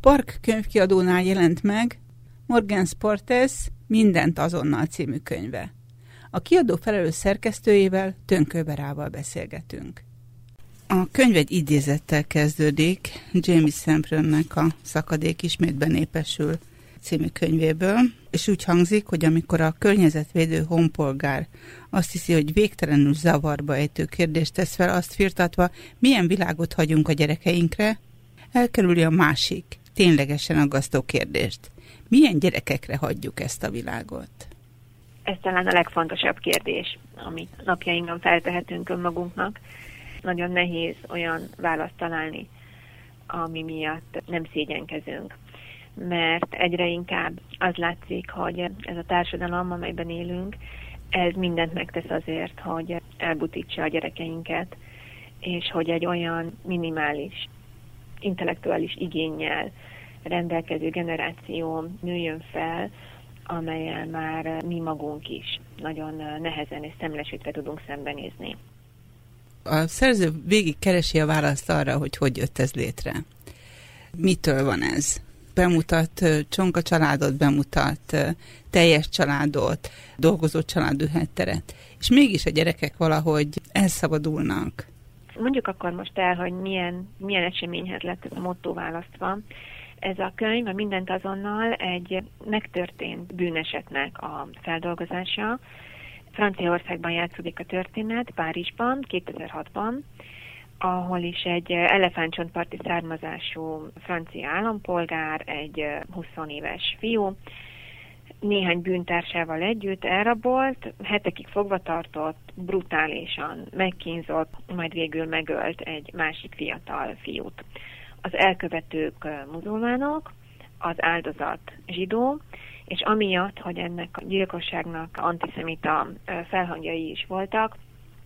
Park könyvkiadónál jelent meg Morgan Sportes Mindent azonnal című könyve. A kiadó felelős szerkesztőjével, Tönkő Berával beszélgetünk. A könyv egy idézettel kezdődik, Jamie Semprőnnek a Szakadék ismét benépesül című könyvéből, és úgy hangzik, hogy amikor a környezetvédő honpolgár azt hiszi, hogy végtelenül zavarba ejtő kérdést tesz fel, azt firtatva, milyen világot hagyunk a gyerekeinkre, elkerüli a másik, ténylegesen aggasztó kérdést. Milyen gyerekekre hagyjuk ezt a világot? Ez talán a legfontosabb kérdés, amit napjainkban feltehetünk önmagunknak. Nagyon nehéz olyan választ találni, ami miatt nem szégyenkezünk. Mert egyre inkább az látszik, hogy ez a társadalom, amelyben élünk, ez mindent megtesz azért, hogy elbutítsa a gyerekeinket, és hogy egy olyan minimális, intellektuális igénnyel rendelkező generáció nőjön fel, amellyel már mi magunk is nagyon nehezen és szemlesítve tudunk szembenézni. A szerző végig keresi a választ arra, hogy hogy jött ez létre. Mitől van ez? Bemutat csonka családot, bemutat teljes családot, dolgozó családú hátteret, és mégis a gyerekek valahogy elszabadulnak. Mondjuk akkor most el, hogy milyen, milyen eseményhez lett ez a motto választva. Ez a könyv, a Mindent azonnal egy megtörtént bűnesetnek a feldolgozása. Franciaországban játszódik a történet, Párizsban, kétezer-hatban, ahol is egy elefántcsontparti származású francia állampolgár, egy húsz éves fiú, néhány bűntársával együtt elrabolt, hetekig fogva tartott, brutálisan megkínzott, majd végül megölt egy másik fiatal fiút. Az elkövetők muzulmánok, az áldozat zsidó, és amiatt, hogy ennek a gyilkosságnak antiszemita felhangjai is voltak,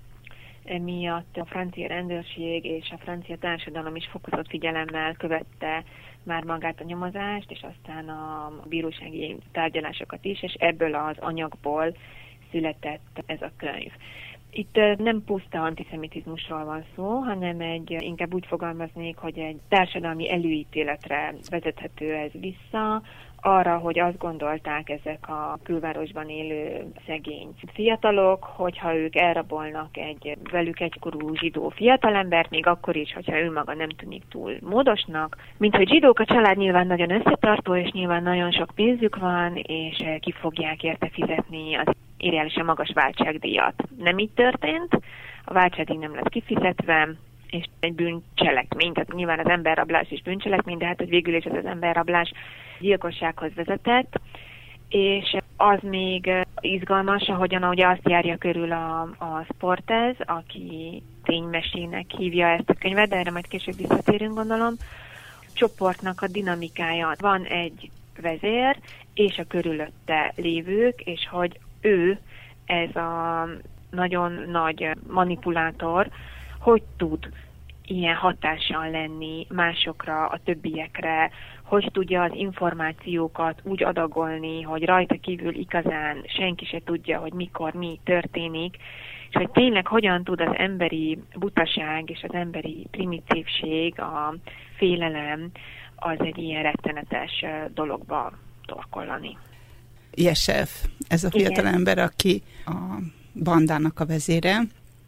emiatt a francia rendőrség és a francia társadalom is fokozott figyelemmel követte már magát a nyomozást, és aztán a bírósági tárgyalásokat is, és ebből az anyagból született ez a könyv. Itt nem puszta antiszemitizmusról van szó, hanem egy, inkább úgy fogalmaznék, hogy egy társadalmi előítéletre vezethető ez vissza, arra, hogy azt gondolták ezek a külvárosban élő szegény fiatalok, hogyha ők elrabolnak egy velük egykorú zsidó fiatalembert, még akkor is, hogyha ő maga nem tűnik túl módosnak, mint hogy zsidók, a család nyilván nagyon összetartó, és nyilván nagyon sok pénzük van, és ki fogják érte fizetni az irreálisan magas váltságdíjat. Nem így történt, a váltságdíj nem lett kifizetve, és egy bűncselekmény, tehát nyilván az emberrablás is bűncselekmény, de hát, hogy végül is ez az emberrablás gyilkossághoz vezetett, és az még izgalmas, ahogyan ahogy azt járja körül a, a Sportes, aki ténymesének hívja ezt a könyvet, de erre majd később visszatérünk, gondolom. Csoportnak a dinamikája. Van egy vezér, és a körülötte lévők, és hogy ő, ez a nagyon nagy manipulátor, hogy tud ilyen hatással lenni másokra, a többiekre, hogy tudja az információkat úgy adagolni, hogy rajta kívül igazán senki se tudja, hogy mikor mi történik, és hogy tényleg hogyan tud az emberi butaság és az emberi primitívség, a félelem, az egy ilyen rettenetes dologba torkollani. Jesef, ez a fiatalember, aki a bandának a vezére,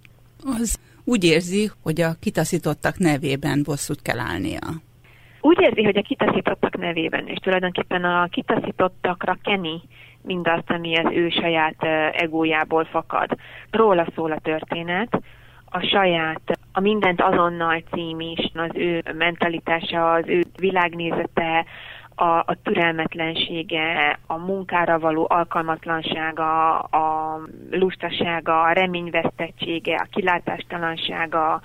az úgy érzi, hogy a kitaszítottak nevében bosszút kell állnia. Úgy érzi, hogy a kitaszítottak nevében, és tulajdonképpen a kitaszítottakra keni mindazt, ami az ő saját egójából fakad. Róla szól a történet, a saját, a Mindent azonnal cím is, az ő mentalitása, az ő világnézete, a, a türelmetlensége, a munkára való alkalmatlansága, a lustasága, a reményvesztettsége, a kilátástalansága,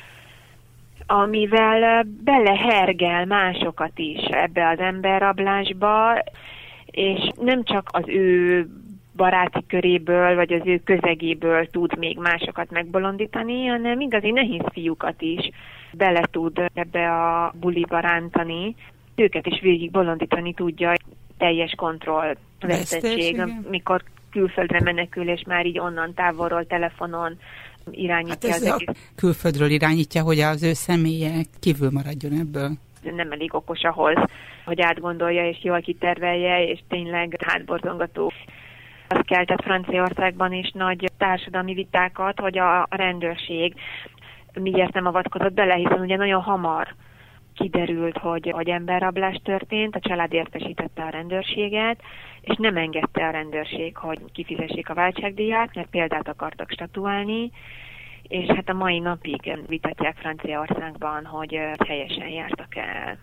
amivel belehergel másokat is ebbe az emberrablásba, és nem csak az ő baráti köréből, vagy az ő közegéből tud még másokat megbolondítani, hanem igazi nehéz fiúkat is bele tud ebbe a buliba rántani. Őket is végig bolondítani tudja, teljes kontroll vesztettség, mikor külföldre menekül, és már így onnan távolról, telefonon irányítja hát az egész. Külföldről irányítja, hogy az ő személye kívül maradjon ebből. Nem elég okos ahhoz, hogy átgondolja és jól kitervelje, és tényleg hátborzongató. Az keltett Franciaországban is nagy társadalmi vitákat, hogy a rendőrség miért nem avatkozott bele, hiszen ugye nagyon hamar kiderült, hogy, hogy emberrablás történt, a család értesítette a rendőrséget, és nem engedte a rendőrség, hogy kifizessék a váltságdíját, mert példát akartak statuálni, és hát a mai napig vitatják Franciaországban, hogy helyesen jártak el.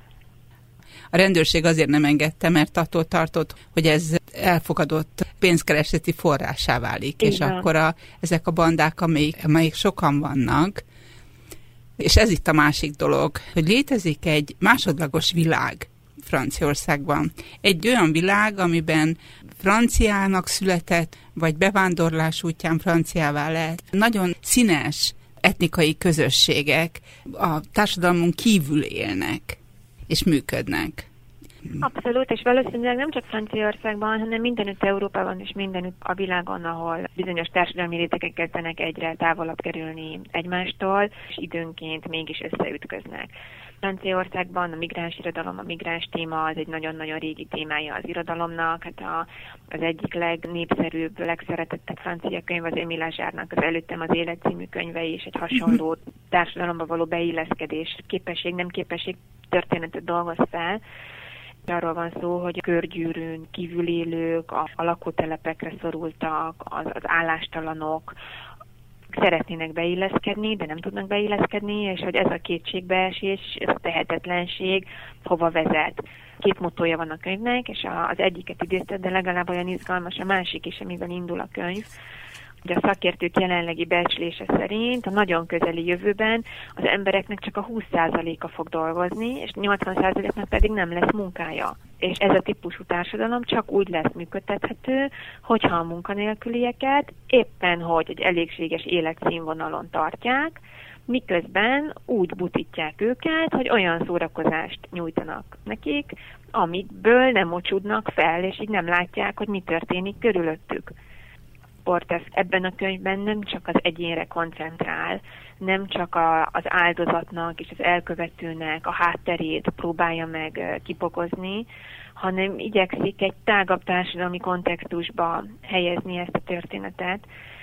A rendőrség azért nem engedte, mert attól tartott, hogy ez elfogadott pénzkereseti forrásá válik, igen. És akkor a, ezek a bandák, amelyik, amelyik sokan vannak, és ez itt a másik dolog, hogy létezik egy másodlagos világ Franciaországban. Egy olyan világ, amiben franciának született, vagy bevándorlás útján franciává lett. Nagyon színes etnikai közösségek a társadalmon kívül élnek és működnek. Abszolút, és valószínűleg nem csak Franciaországban, hanem mindenütt Európában és mindenütt a világon, ahol bizonyos társadalmi rétegek kezdenek egyre távolabb kerülni egymástól, és időnként mégis összeütköznek. Franciaországban a migráns irodalom, a migráns téma az egy nagyon-nagyon régi témája az irodalomnak. Hát a, az egyik legnépszerűbb, legszeretettebb francia könyv az Émile Ajarnak az Előttem az élet című könyve, és egy hasonló társadalomba való beilleszkedés, képesség, nem képesség történetet dolgoz fel. Arról van szó, hogy a körgyűrűn kívül élők, a, a lakótelepekre szorultak, az, az állástalanok szeretnének beilleszkedni, de nem tudnak beilleszkedni, és hogy ez a kétségbeesés, ez a tehetetlenség hova vezet. Két mottója van a könyvnek, és az egyiket idézted, de legalább olyan izgalmas a másik is, amivel indul a könyv. Ugye a szakértők jelenlegi becslése szerint a nagyon közeli jövőben az embereknek csak a húsz százaléka fog dolgozni, és nyolcvan százaléknak pedig nem lesz munkája. És ez a típusú társadalom csak úgy lesz működtethető, hogyha a munkanélkülieket éppen hogy egy elégséges életszínvonalon tartják, miközben úgy butítják őket, hogy olyan szórakozást nyújtanak nekik, amikből nem mocsudnak fel, és így nem látják, hogy mi történik körülöttük. Portes ebben a könyvben nem csak az egyénre koncentrál, nem csak a, az áldozatnak és az elkövetőnek a hátterét próbálja meg kipokozni, hanem igyekszik egy tágabb társadalmi kontextusba helyezni ezt a történetet,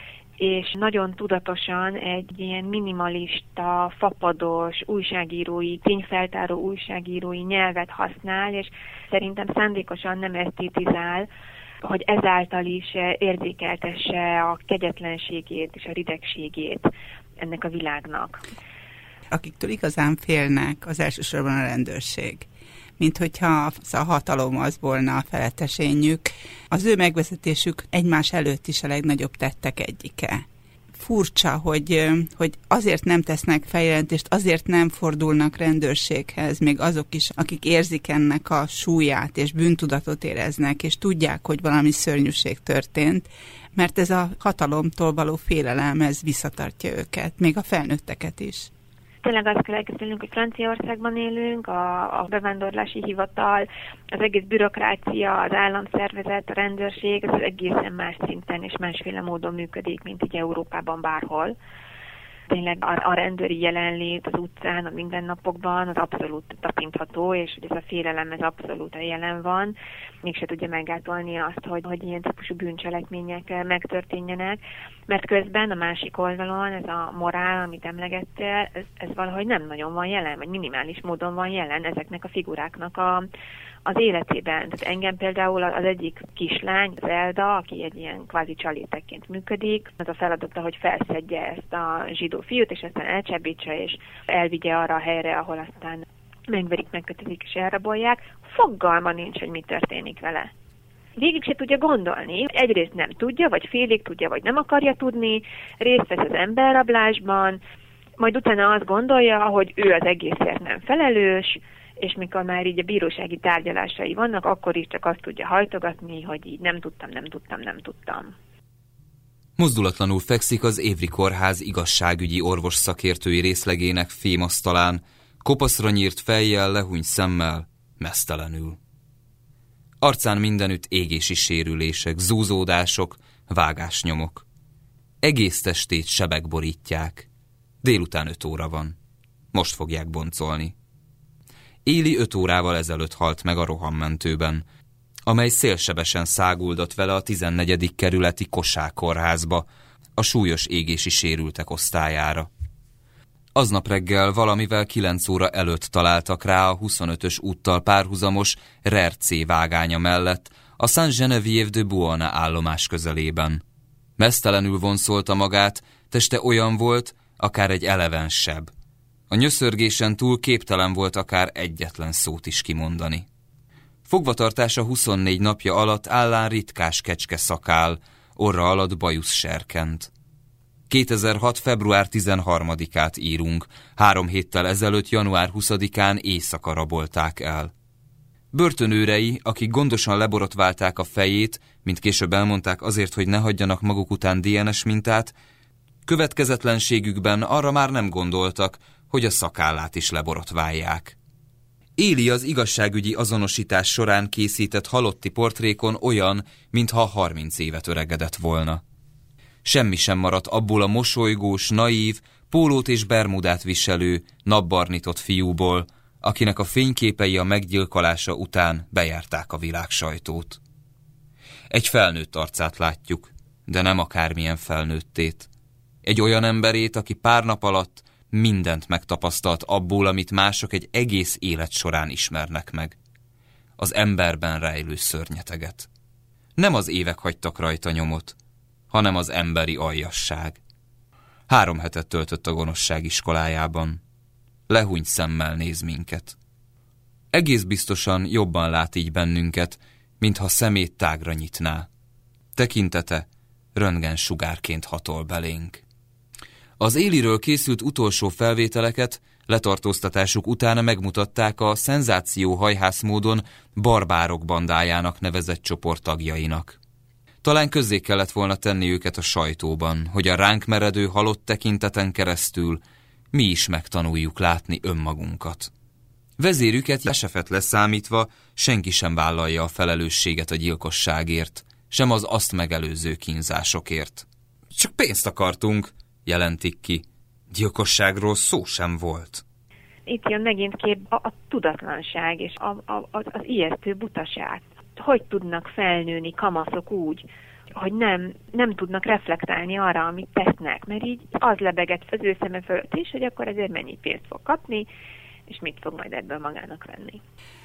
és nagyon tudatosan egy ilyen minimalista, fapados, újságírói, tényfeltáró újságírói nyelvet használ, és szerintem szándékosan nem esztétizál, hogy ezáltal is érzékeltesse a kegyetlenségét és a ridegségét ennek a világnak. Akiktől igazán félnek, az elsősorban a rendőrség. Mint hogyha a hatalom az volna a feletesényük. Az ő megvezetésük egymás előtt is a legnagyobb tettek egyike. Furcsa, hogy, hogy azért nem tesznek feljelentést, azért nem fordulnak rendőrséghez, még azok is, akik érzik ennek a súlyát, és bűntudatot éreznek, és tudják, hogy valami szörnyűség történt, mert ez a hatalomtól való félelem, ez visszatartja őket, még a felnőtteket is. Tényleg azt kell elképzelnünk, hogy Franciaországban élünk, a, a bevándorlási hivatal, az egész bürokrácia, az államszervezet, a rendőrség, ez az egészen más szinten és másféle módon működik, mint így Európában bárhol. Tényleg a, a rendőri jelenlét az utcán, a mindennapokban az abszolút tapintható, és hogy ez a félelem ez abszolút a jelen van. Mégse tudja meggátolni azt, hogy, hogy ilyen típusú bűncselekmények megtörténjenek, mert közben a másik oldalon ez a morál, amit emlegettél, ez, ez valahogy nem nagyon van jelen, vagy minimális módon van jelen ezeknek a figuráknak a, az életében. Tehát engem például az egyik kislány, az Elda, aki egy ilyen kvázi csalétekként működik, az a feladata, hogy felszedje ezt a zsidó fiút, és aztán elcsábítsa, és elvigye arra a helyre, ahol aztán megverik, megkötözik és elrabolják. Fogalma nincs, hogy mi történik vele. Végig se tudja gondolni. Egyrészt nem tudja, vagy félig tudja, vagy nem akarja tudni, részt vesz az emberrablásban, majd utána azt gondolja, hogy ő az egészért nem felelős, és mikor már így a bírósági tárgyalásai vannak, akkor is csak azt tudja hajtogatni, hogy így nem tudtam, nem tudtam, nem tudtam. Mozdulatlanul fekszik az Évri Kórház igazságügyi orvos szakértői részlegének fémasztalán, kopaszra nyírt fejjel, lehúny szemmel, meztelenül. Arcán mindenütt égési sérülések, zúzódások, vágásnyomok. Egész testét sebek borítják. Délután öt óra van. Most fogják boncolni. Éli öt órával ezelőtt halt meg a rohammentőben, amely szélsebesen száguldott vele a tizennegyedik kerületi Kosák kórházba, a súlyos égési sérültek osztályára. Aznap reggel valamivel kilenc óra előtt találtak rá a huszonötös úttal párhuzamos Rercé vágánya mellett, a Saint-Geneviève de Buona állomás közelében. Meztelenül vonszolta magát, teste olyan volt, akár egy eleven seb. A nyöszörgésen túl képtelen volt akár egyetlen szót is kimondani. Fogvatartása huszonnégy napja alatt állán ritkás kecske szakál, orra alatt bajusz serkent. kétezer-hat. február tizenharmadikát írunk, három héttel ezelőtt január huszadikán éjszaka rabolták el. Börtönőrei, akik gondosan leborotválták a fejét, mint később elmondták azért, hogy ne hagyjanak maguk után dé en es mintát, következetlenségükben arra már nem gondoltak, hogy a szakállát is leborotválják. Éli az igazságügyi azonosítás során készített halotti portrékon olyan, mintha harminc évet öregedett volna. Semmi sem maradt abból a mosolygós, naív, pólót és bermudát viselő, napbarnított fiúból, akinek a fényképei a meggyilkolása után bejárták a világ sajtót. Egy felnőtt arcát látjuk, de nem akármilyen felnőttét. Egy olyan emberét, aki pár nap alatt mindent megtapasztalt abból, amit mások egy egész élet során ismernek meg. Az emberben rejlő szörnyeteget. Nem az évek hagytak rajta nyomot, hanem az emberi aljasság. Három hetet töltött a gonoszság iskolájában. Lehúny szemmel néz minket. Egész biztosan jobban lát így bennünket, mintha szemét tágra nyitná. Tekintete röntgen sugárként hatol belénk. Az Éliről készült utolsó felvételeket letartóztatásuk után megmutatták a szenzációhajhász módon barbárok bandájának nevezett csoport tagjainak. Talán közzé kellett volna tenni őket a sajtóban, hogy a ránk meredő halott tekinteten keresztül mi is megtanuljuk látni önmagunkat. Vezérüket, Jesefet leszámítva, senki sem vállalja a felelősséget a gyilkosságért, sem az azt megelőző kínzásokért. Csak pénzt akartunk, jelentik ki. Gyilkosságról szó sem volt. Itt jön megint képbe a tudatlanság és a, a, az, az ijesztő butaság. Hogy tudnak felnőni kamaszok úgy, hogy nem, nem tudnak reflektálni arra, amit tesznek, mert így az lebegett az ő szeme fölött is, hogy akkor ezért mennyi pénzt fog kapni, és mit fog majd ebből magának venni.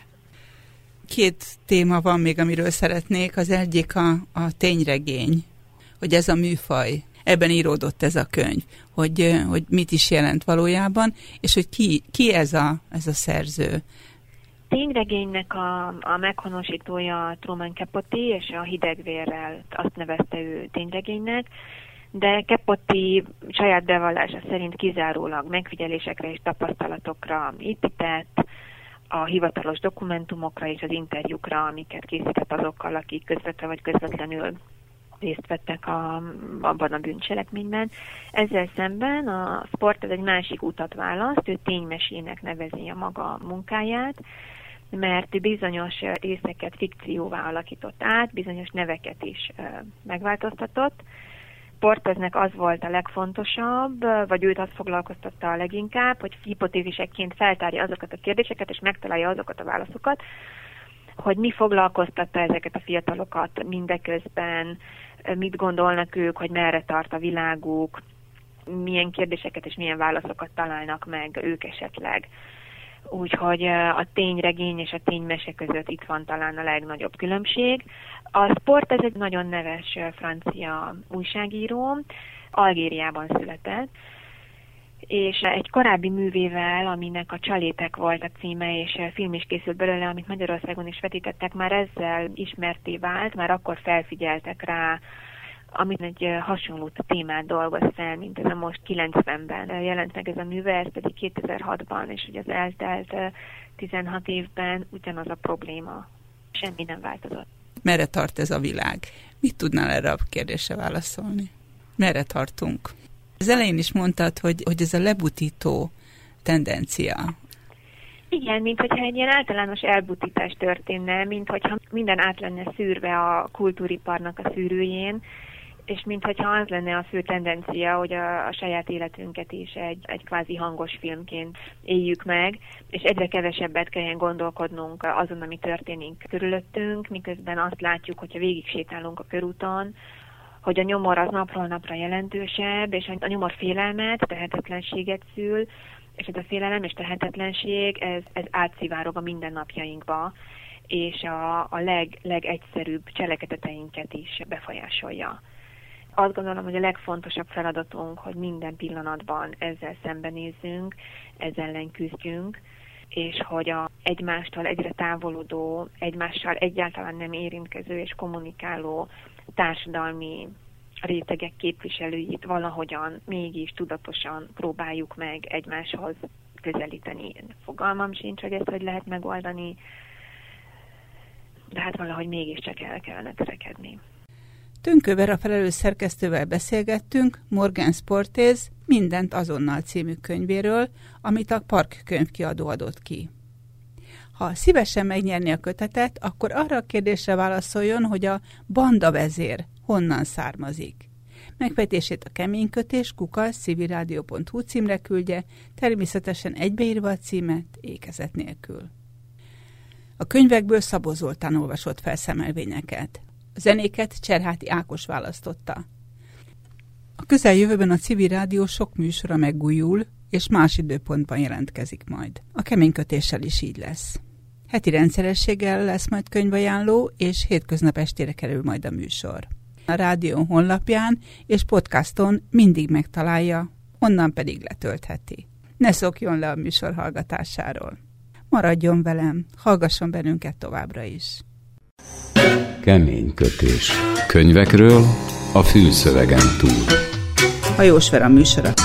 Két téma van még, amiről szeretnék. Az egyik a, a tényregény, hogy ez a műfaj, ebben íródott ez a könyv, hogy, hogy mit is jelent valójában, és hogy ki, ki ez, a, ez a szerző. Tényregénynek a, a meghonosítója Truman Capote, és a Hidegvérrel azt nevezte ő tényregénynek, de Capote saját bevallása szerint kizárólag megfigyelésekre és tapasztalatokra épített, a hivatalos dokumentumokra és az interjúkra, amiket készített azokkal, akik közvetve vagy közvetlenül részt vettek a, abban a bűncselekményben. Ezzel szemben a Sport ez egy másik utat választ, ő ténymesének nevezi a maga munkáját, mert bizonyos részeket fikcióvá alakított át, bizonyos neveket is megváltoztatott. Porteznek az volt a legfontosabb, vagy őt azt foglalkoztatta a leginkább, hogy hipotézisekként feltárja azokat a kérdéseket, és megtalálja azokat a válaszokat, hogy mi foglalkoztatta ezeket a fiatalokat mindeközben, mit gondolnak ők, hogy merre tart a világuk, milyen kérdéseket és milyen válaszokat találnak meg ők esetleg. Úgyhogy a tényregény és a ténymese között itt van talán a legnagyobb különbség. A Sport ez egy nagyon neves francia újságíró, Algériában született, és egy korábbi művével, aminek a Csalétek volt a címe, és film is készült belőle, amit Magyarországon is vetítettek, már ezzel ismerté vált, már akkor felfigyeltek rá, amit egy hasonló témát dolgoz fel, mint ez a most kilencvenben jelent meg ez a műve, ez pedig kétezer-hatban, és ugye az eltelt tizenhat évben ugyanaz a probléma. Semmi nem változott. Merre tart ez a világ? Mit tudnál erre a kérdésre válaszolni? Merre tartunk? Az elején is mondtad, hogy, hogy ez a lebutító tendencia. Igen, mint hogyha egy ilyen általános elbutítás történne, mint hogyha minden át lenne szűrve a kultúriparnak a szűrőjén, és mintha az lenne a fő tendencia, hogy a, a saját életünket is egy, egy kvázi hangos filmként éljük meg, és egyre kevesebbet kelljen gondolkodnunk azon, ami történik körülöttünk, miközben azt látjuk, hogyha végig sétálunk a körúton, hogy a nyomor az napról napra jelentősebb, és a nyomor félelmet, tehetetlenséget szül, és ez a félelem és tehetetlenség, ez, ez átszivárog a mindennapjainkba, és a, a leg, legegyszerűbb cselekedeteinket is befolyásolja. Azt gondolom, hogy a legfontosabb feladatunk, hogy minden pillanatban ezzel szembenézzünk, ezzel ellen küzdjünk, és hogy a egymástól egyre távolodó, egymással egyáltalán nem érintkező és kommunikáló társadalmi rétegek képviselőit valahogyan mégis tudatosan próbáljuk meg egymáshoz közelíteni. Fogalmam sincs, hogy ezt hogy lehet megoldani, de hát valahogy mégiscsak el kellene törekedni. Tönkő Vera felelős szerkesztővel beszélgettünk Morgan Sportéz Mindent azonnal című könyvéről, amit a Park könyvkiadó adott ki. Ha szívesen megnyerni a kötetet, akkor arra a kérdésre válaszoljon, hogy a bandavezér honnan származik. Megfejtését a keménykötés kukac civilrádió pont hu címre küldje, természetesen egybeírva a címet, ékezet nélkül. A könyvekből Szabó Zoltán olvasott fel szemelvényeket. A zenéket Cserháti Ákos választotta. A közeljövőben a Civil Rádió sok műsora megújul, és más időpontban jelentkezik majd. A keménykötéssel is így lesz. Heti rendszerességgel lesz majd könyvajánló, és hétköznap estére kerül majd a műsor. A rádió honlapján és podcaston mindig megtalálja, onnan pedig letöltheti. Ne szokjon le a műsor hallgatásáról. Maradjon velem, hallgasson bennünket továbbra is. Keménykötés. Könyvekről a fülszövegen túl. Hajós Vera műsora.